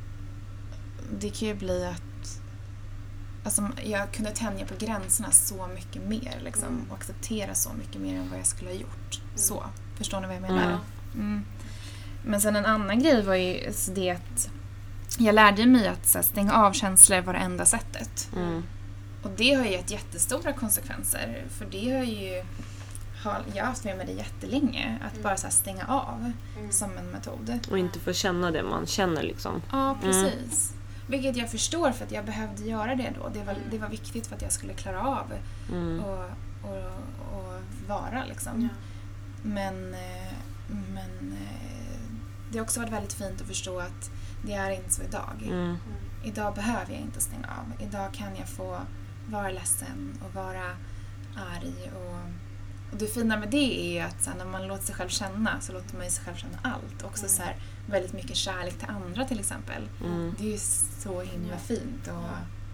det kan ju bli att alltså, jag kunde tänja på gränserna så mycket mer liksom, Mm. och acceptera så mycket mer än vad jag skulle ha gjort. Mm. Så, förstår ni vad jag menar? Mm. Mm. Men sen en annan grej var ju så det att jag lärde mig att så här, stänga av känslor var det enda sättet. Mm. Och det har ju gett jättestora konsekvenser. För det har ju har jag haft med mig det jättelänge. Att Mm. bara så här, stänga av Mm. som en metod. Och inte få känna det man känner liksom. Ja, precis. Vilket jag förstår för att jag behövde göra det då. Det var, Mm. det var viktigt för att jag skulle klara av Mm. och, och, och vara liksom. Ja. Men, eh, men eh, det har också varit väldigt fint att förstå att det är inte så idag. Mm. Mm. Idag behöver jag inte stänga av. Idag kan jag få vara ledsen och vara arg. Och, och det fina med det är ju att så här, när man låter sig själv känna så låter man ju sig själv känna allt. Också Mm. så här, väldigt mycket kärlek till andra till exempel. Mm. Det är ju så himla Ja. fint. Och,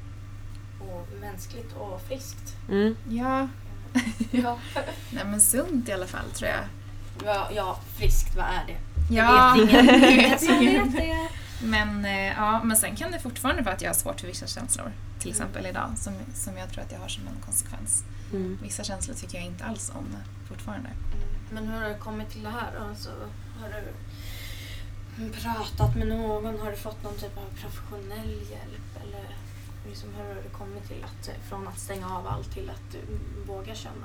Och mänskligt och friskt. Mm. ja, Ja. nej, men sunt i alla fall tror jag. Ja, ja, friskt, vad är det? Ja, Jag vet ingen. jag vet Jag vet ingen. det. Men, eh, ja, men sen kan det fortfarande vara att jag har svårt för vissa känslor. Till Mm. exempel idag, som, som jag tror att jag har som en konsekvens. Mm. Vissa känslor tycker jag inte alls om fortfarande. Mm. Men hur har du kommit till det här då? Alltså, har du pratat med någon? Har du fått någon typ av professionell hjälp? Eller liksom, hur har du kommit till att från att stänga av allt till att du vågar känna?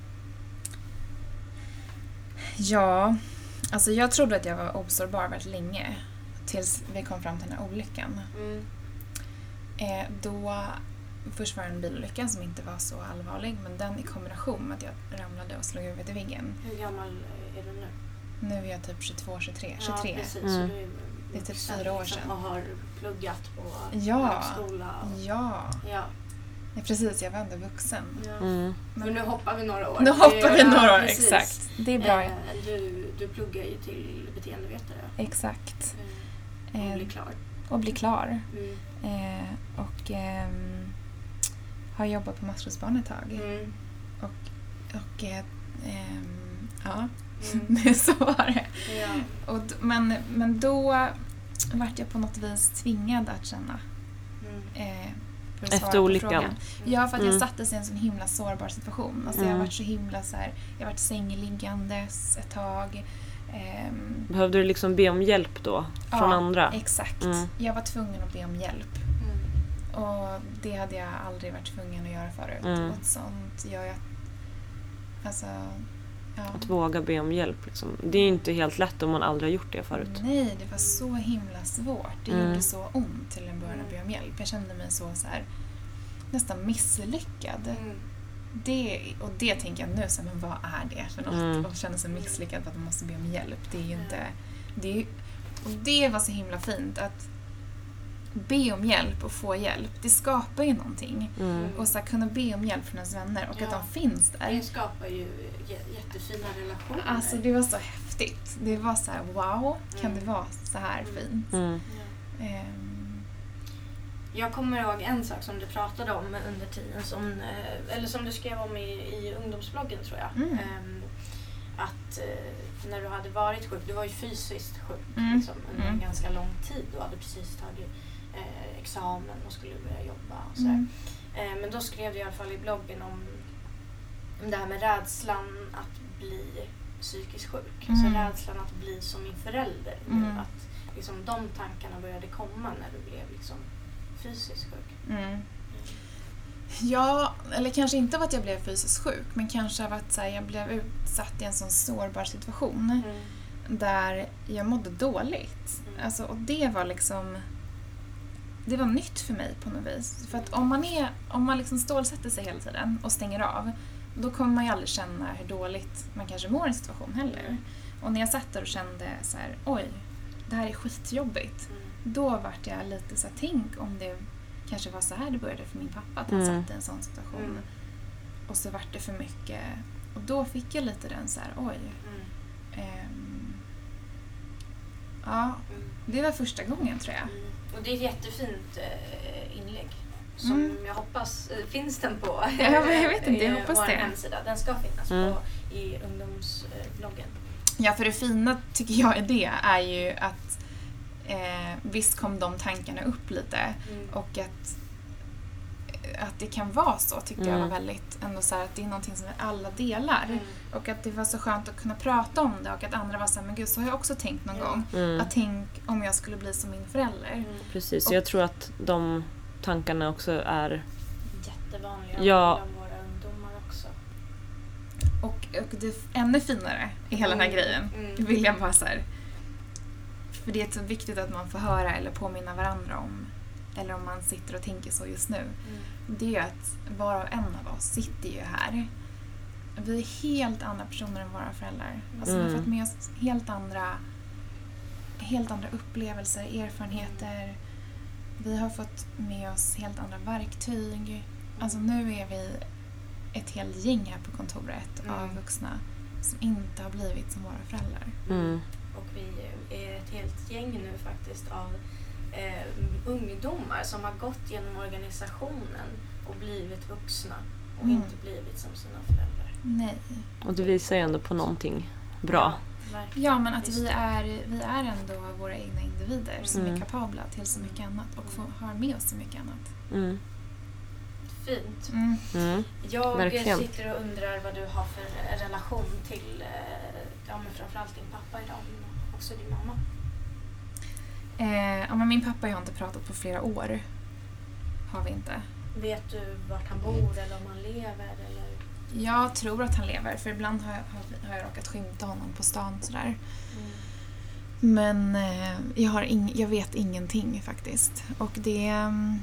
Ja, alltså jag trodde att jag var osårbar väldigt länge. Tills vi kom fram till den här olyckan. Mm. Eh, då, först var det en bilolycka som inte var så allvarlig. Men den i kombination med att jag ramlade och slog huvudet i väggen. Hur gammal är du nu? Nu är jag typ tjugotvå, tjugotre. Ja, tjugotre. precis. Mm. Så du är Det är typ fyra år sedan. Och har pluggat på Ja. högskola. Och, Ja. ja. ja, precis. Jag var ändå vuxen. ja. Mm. Men nu hoppar vi några år. Nu hoppar vi Ja, några år, precis. exakt. Det är bra. Eh, du, du pluggar ju till beteendevetare. Exakt. Mm. Och Eh, blir klar. och bli klar. Mm. Eh, och ehm, har jobbat på maskrosbarn ett tag. Mm. Och, och eh, ehm, ja, Mm. så var det. Ja. Och, d- men, men då vart jag på något vis tvingad att känna. Mm. Eh, för att Efter svara på olyckan. frågan. Ja, för att Mm. jag sattes i en sån himla sårbar situation. Alltså jag Mm. har varit så himla så här, jag har varit sängliggandes ett tag. Ehm, Behövde du liksom be om hjälp då? Från ja, andra? Exakt. Mm. Jag var tvungen att be om hjälp. Mm. Och det hade jag aldrig varit tvungen att göra förut. Mm. Och ett sånt gör jag... Alltså... Ja. Att våga be om hjälp. Liksom. Det är ju inte helt lätt om man aldrig har gjort det förut. Nej, det var så himla svårt. Det Mm. gjorde så ont till en början att be om hjälp. Jag kände mig så, så här, nästan misslyckad. Mm. Det, och det tänker jag nu, så här, men vad är det för något? Mm. Och känna sig misslyckad för att man måste be om hjälp. Det är ju inte... Det är, ju- och det var så himla fint att be om hjälp och få hjälp. Det skapar ju någonting. Mm. Och så här, kunna be om hjälp från ens vänner och Ja. att de finns där. Det skapar ju jä- jättefina relationer. Alltså det var så häftigt. Det var så här, wow, kan Mm. det vara så här fint? Mm. Ja. Ehm, Jag kommer ihåg en sak som du pratade om under tiden, som, eh, eller som du skrev om i, i ungdomsbloggen tror jag. Mm. Ehm, att eh, när du hade varit sjuk, du var ju fysiskt sjuk Mm. liksom, under en Mm. ganska lång tid. Du hade precis tagit eh, examen och skulle börja jobba. Och så här. mm, Eh, men då skrev du i alla fall i bloggen om, om det här med rädslan att bli psykiskt sjuk. Mm. Alltså rädslan att bli som min förälder. Mm. Att liksom, de tankarna började komma när du blev liksom, fysiskt sjuk. mm. Ja, eller kanske inte av att jag blev fysiskt sjuk, men kanske av att så här, jag blev utsatt i en sån sårbar situation Mm. där jag mådde dåligt. Mm. Alltså, och det var liksom... Det var nytt för mig på något vis. För att om man, är, om man liksom stålsätter sig hela tiden och stänger av, då kommer man ju aldrig känna hur dåligt man kanske mår i en situation heller. Och när jag satt där och kände så här, oj, det här är skitjobbigt. Mm. Då vart jag lite så här, tänk om det kanske var så här det började för min pappa, att han Mm. satt i en sån situation. Mm. Och så vart det för mycket. Och då fick jag lite den så här, oj. Mm. ehm, ja, Mm. det var första gången tror jag. Mm. Och det är ett jättefint eh, inlägg. Som Mm. jag hoppas, eh, finns den på Ja, men jag vet inte, jag eh, hoppas vår det. hemsida. Den ska finnas Mm. på, i ungdomsbloggen. Ja, för det fina tycker jag är det är ju att eh, visst kom de tankarna upp lite Mm. och att, att det kan vara så tyckte jag Mm. var väldigt ändå så här att det är någonting som alla delar Mm. och att det var så skönt att kunna prata om det och att andra var så här, men gud så har jag också tänkt någon Ja. gång Mm. att tänk om jag skulle bli som min förälder. Mm. Precis, Och- jag tror att de tankarna också är... Jättevanliga Ja. bland våra ungdomar också. Och, och det ännu finare i hela den här Mm. grejen Mm. vill jag bara så här, för det är så viktigt att man får höra eller påminna varandra om, eller om man sitter och tänker så just nu. Mm. Det är ju att var och en av oss sitter ju här. Vi är helt andra personer än våra föräldrar. Alltså vi har Mm. fått med oss helt andra, helt andra upplevelser, erfarenheter. Vi har fått med oss helt andra verktyg. Alltså nu är vi ett helt gäng här på kontoret Mm. av vuxna som inte har blivit som våra föräldrar. Mm. Och vi är ett helt gäng nu faktiskt av eh, ungdomar som har gått genom organisationen och blivit vuxna och Mm. inte blivit som sina föräldrar. Nej. Och det visar ju ändå på någonting bra. Ja, verkligen. Ja, men att Visst. vi är, vi är ändå våra egna individer som Mm. är kapabla till så mycket annat och får, har med oss så mycket annat. Mm. Fint. Mm. Mm. Jag Verkligen. sitter och undrar vad du har för relation till eh, ja, men framförallt din pappa idag, men också din mamma. Eh, ja, men min pappa och jag har inte pratat på flera år. Har vi inte. Vet du vart han bor eller om han lever? Eller? Jag tror att han lever, för ibland har jag, har, har jag råkat skymta honom på stan sådär. Mm. Men eh, jag, har ing, jag vet ingenting faktiskt. Och det... mm,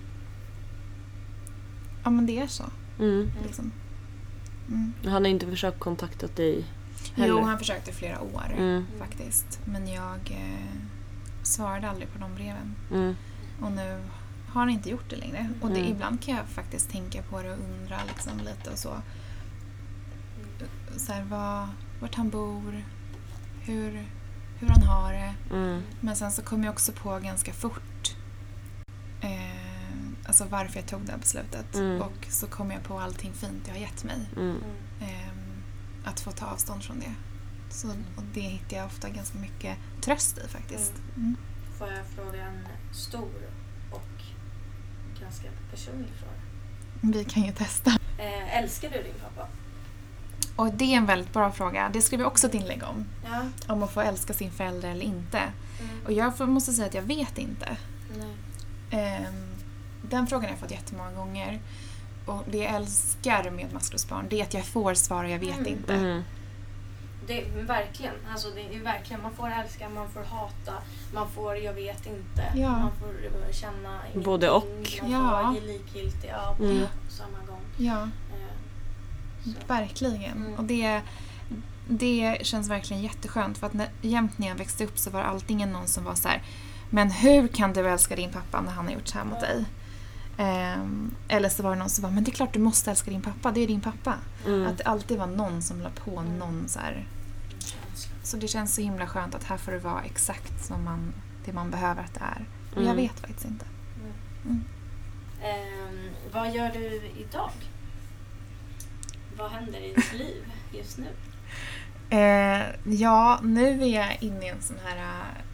Ja, men det är så. Mm. Liksom. Mm. Han har inte försökt kontakta dig heller? Jo, han försökte i flera år Mm. faktiskt. Men jag... Eh, svarade aldrig på de breven. Mm. Och nu har han inte gjort det längre. Och det, Mm. ibland kan jag faktiskt tänka på det och undra liksom lite och så. Så här, vad, vart han bor, hur, hur han har det. Mm. Men sen så kom jag också på ganska fort eh, alltså varför jag tog det här beslutet. Mm. Och så kom jag på allting fint jag har gett mig. Mm. Eh, att få ta avstånd från det. Så, och det hittar jag ofta ganska mycket tröst i faktiskt. Mm. Får jag fråga en stor och ganska personlig fråga? Vi kan ju testa. Eh, älskar du din pappa? Och det är en väldigt bra fråga. Det skrev jag också ett inlägg om. Ja. Om att få älska sin förälder eller inte. Mm. Och jag får- måste säga att jag vet inte. Nej. Ehm, den frågan har jag fått jättemånga gånger. Och det jag älskar med masklöst barn, det är att jag får svara jag vet Mm. inte. Mm. Det är verkligen, alltså det är verkligen, man får älska, man får hata, man får jag vet inte, Ja. man får eh, känna ingenting, Både och. man Ja. får vara likgiltig, ja, både Mm. på samma gång. Ja, Eh, så. verkligen. Mm. Och det, det känns verkligen jätteskönt. För att när, jämt när jag växte upp så var det alltid någon som var så här: men hur kan du älska din pappa när han har gjort så här mot Ja. dig? Ehm, eller så var det någon som var, men det är klart du måste älska din pappa, det är din pappa. Mm. Att det alltid var någon som la på Mm. någon så här. Känsla. Så det känns så himla skönt att här får det vara exakt som man, det man behöver att det är. Och jag Mm. vet faktiskt inte. Mm. Ehm, vad gör du idag? Vad händer i ditt liv just nu? Eh, ja, nu är jag inne i en sån här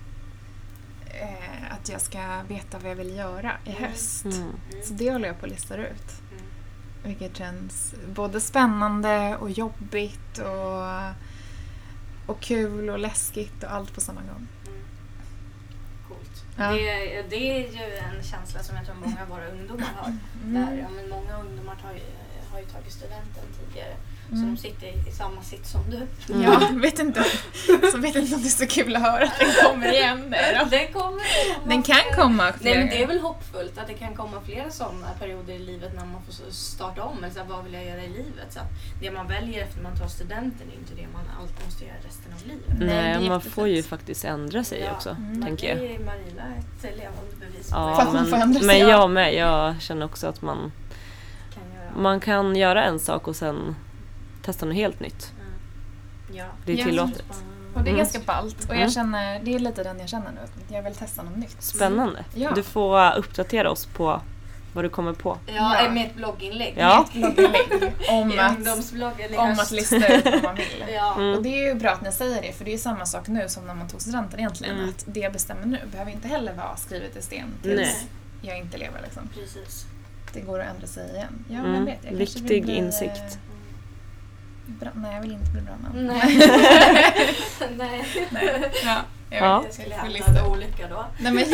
eh, att jag ska veta vad jag vill göra i Mm. höst. Mm. Så det håller jag på att lista ut. Mm. Vilket känns både spännande och jobbigt och, och kul och läskigt och allt på samma gång. Mm. Coolt. Ja. Det, det är ju en känsla som jag tror många av våra ungdomar har. Där, ja, men många ungdomar tar ju, har ju tagit studenten tidigare. Så Mm. de sitter i, i samma sitt som du. Mm. Ja, vet inte. Så vet inte om det är så kul att höra att den kommer igen. Nej då. Den kommer komma. Den kan komma. Nej, men det är väl hoppfullt att det kan komma flera sådana perioder i livet när man får starta om. Eller så här, vad vill jag göra i livet? Så att det man väljer efter man tar studenten är inte det man alltid måste göra resten av livet. Nej, det är Nej, man jättefint. får ju faktiskt ändra sig Ja. också, Mm. tänker jag. Det är Marina ett levande bevis på. Ja, För att man får men, ändra sig, men ja. jag med. Jag känner också att man, Kan göra. man kan göra en sak och sen testa något helt nytt. Mm. Ja. Det är Ja. tillåtet. Och det är Mm. ganska ballt. Och jag Mm. känner, det är lite den jag känner nu. att Jag vill testa något nytt. Spännande. Ja. Du får uppdatera oss på vad du kommer på. Ja, Ja. med ett blogginlägg. Ja. Blogginlägg om I att, ungdomsbloggen i om höst. att lista ut vad man vill. Ja. Mm. Och det är ju bra att ni säger det, för det är ju samma sak nu som när man tog studenten egentligen. Mm. Att det jag bestämmer nu behöver inte heller vara skrivet i sten tills Nej. jag inte lever. Liksom. Precis. Det går att ändra sig igen. Ja, Mm. vem vet. Jag kanske Viktig vill bli, insikt. eh, Bra, nej, jag vill inte bli brandman. Nej. Nej. Nej. Ja, jag Ja. vet. Det skulle Jag får hända lista. en olycka då. Nej, men,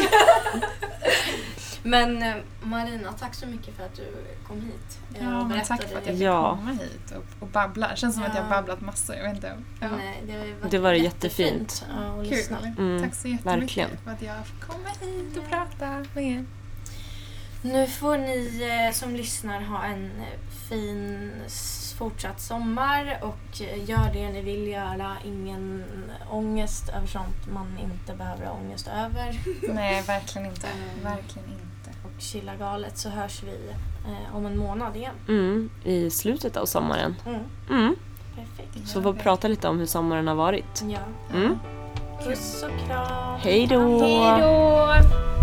Men eh, Marina, tack så mycket för att du kom hit. eh, ja, och men tack berättade för att jag i- fick Ja. komma hit och, och babbla. Det känns som att jag har Ja. babblat massor. Jag vet inte. Ja. Nej, det, var Det var jättefint. Ja, att Kul. lyssna. Mm, Tack så jättemycket verkligen. för att jag fick komma hit och prata med er. Nu får ni eh, som lyssnar ha en eh, fin s- fortsatt sommar och eh, gör det ni vill göra. Ingen ångest över sånt man inte behöver ha ångest över. Nej, verkligen inte. Mm. Verkligen inte. Och chilla galet, så hörs vi eh, om en månad igen. Mm, i slutet av sommaren. Mm, Mm. perfekt. Så får vi prata lite om hur sommaren har varit. Ja. Mm. Puss och kram. Hej då! Hej då!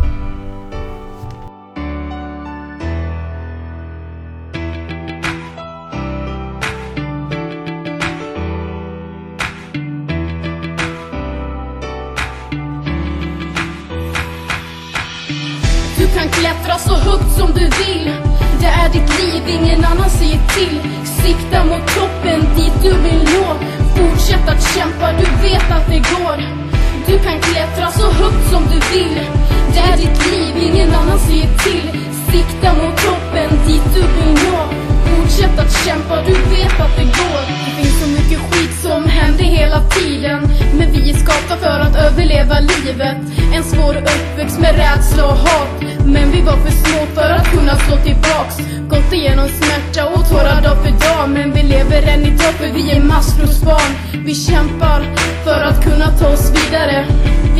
Du kan klättra så högt som du vill. Det är ditt liv, ingen annan säger till. Sikta mot toppen, dit du vill nå. Fortsätt att kämpa, du vet att det går. Du kan klättra så högt som du vill. Det är ditt liv, ingen annan säger till. Sikta mot toppen, dit du vill nå. Fortsätt att kämpa, du vet att det går. Det finns så mycket skit som händer hela tiden. Men vi är skapta för att överleva livet. En svår uppväxt med rädsla och hat. Men vi var för små för att kunna slå tillbaks. Gått igenom smärta och tårar dag för dag. Men vi lever än idag för vi är Maslows barn. Vi kämpar för att kunna ta oss vidare. Vi är starka.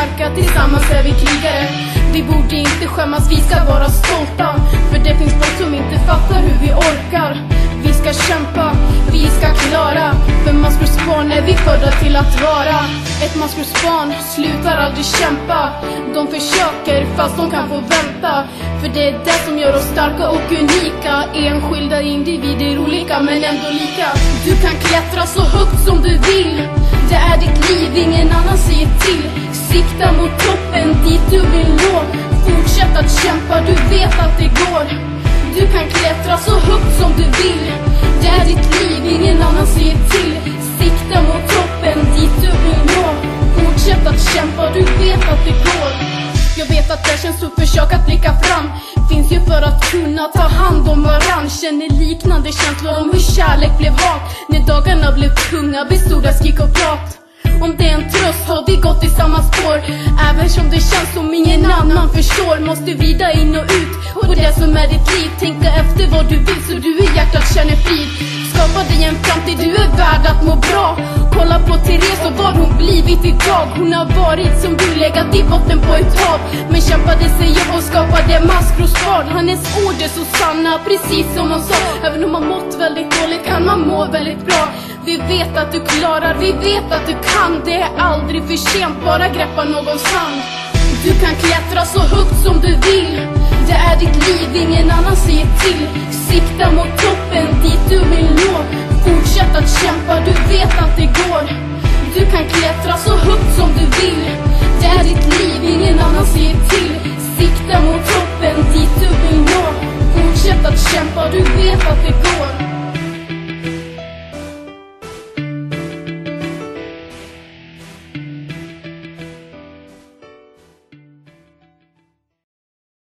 starka, tillsammans är vi krigare. Vi borde inte skämmas, vi ska vara stolta. För det finns folk som inte fattar hur vi orkar. Vi ska kämpa, vi ska klara. För maskrosbarn är vi födda till att vara. Ett maskrosbarn slutar aldrig kämpa. De försöker fast de kan få vänta. För det är det som gör oss starka och unika. Enskilda individer olika men ändå lika. Du kan klättra så högt som du vill. Det är ditt liv, ingen annan säger till. Sikta mot toppen, dit du vill nå. Fortsätt att kämpa, du vet att det går. Du kan klättra så högt som du vill. Det är ditt liv, ingen annan säger till. Sikta mot toppen, dit du vill nå. Fortsätt att kämpa, du vet att det går. Jag vet att det känns att försöka att blicka fram. Finns ju för att kunna ta hand om varann. Känner liknande känslor om hur kärlek blev hat. När dagarna blev tunga bestod av skrik och prat. Om det är en tröst har vi gått i samma spår. Även som det känns som ingen annan förstår. Måste vida in och ut på det som är ditt liv. Tänka efter vad du vill så du i hjärtat känner frid. Skapa dig en framtid, du är värd att må bra. Kolla på Therese och vad hon blivit idag. Hon har varit som du, legat i botten på ett hav. Men kämpade sig upp och skapade maskrosbarn. Hennes ord är så sanna, precis som hon sa. Även om man mått väldigt dåligt kan man må väldigt bra. Vi vet att du klarar, vi vet att du kan. Det är aldrig för sent, bara greppa någons hand. Du kan klättra så högt som du vill. Det är ditt liv, ingen annan säger till. Sikta mot toppen, dit du vill nå. Fortsätt att kämpa, du vet att det går. Du kan klättra så högt som du vill. Det är ditt liv, ingen annan säger till. Sikta mot toppen, dit du vill nå. Fortsätt att kämpa, du vet att det går.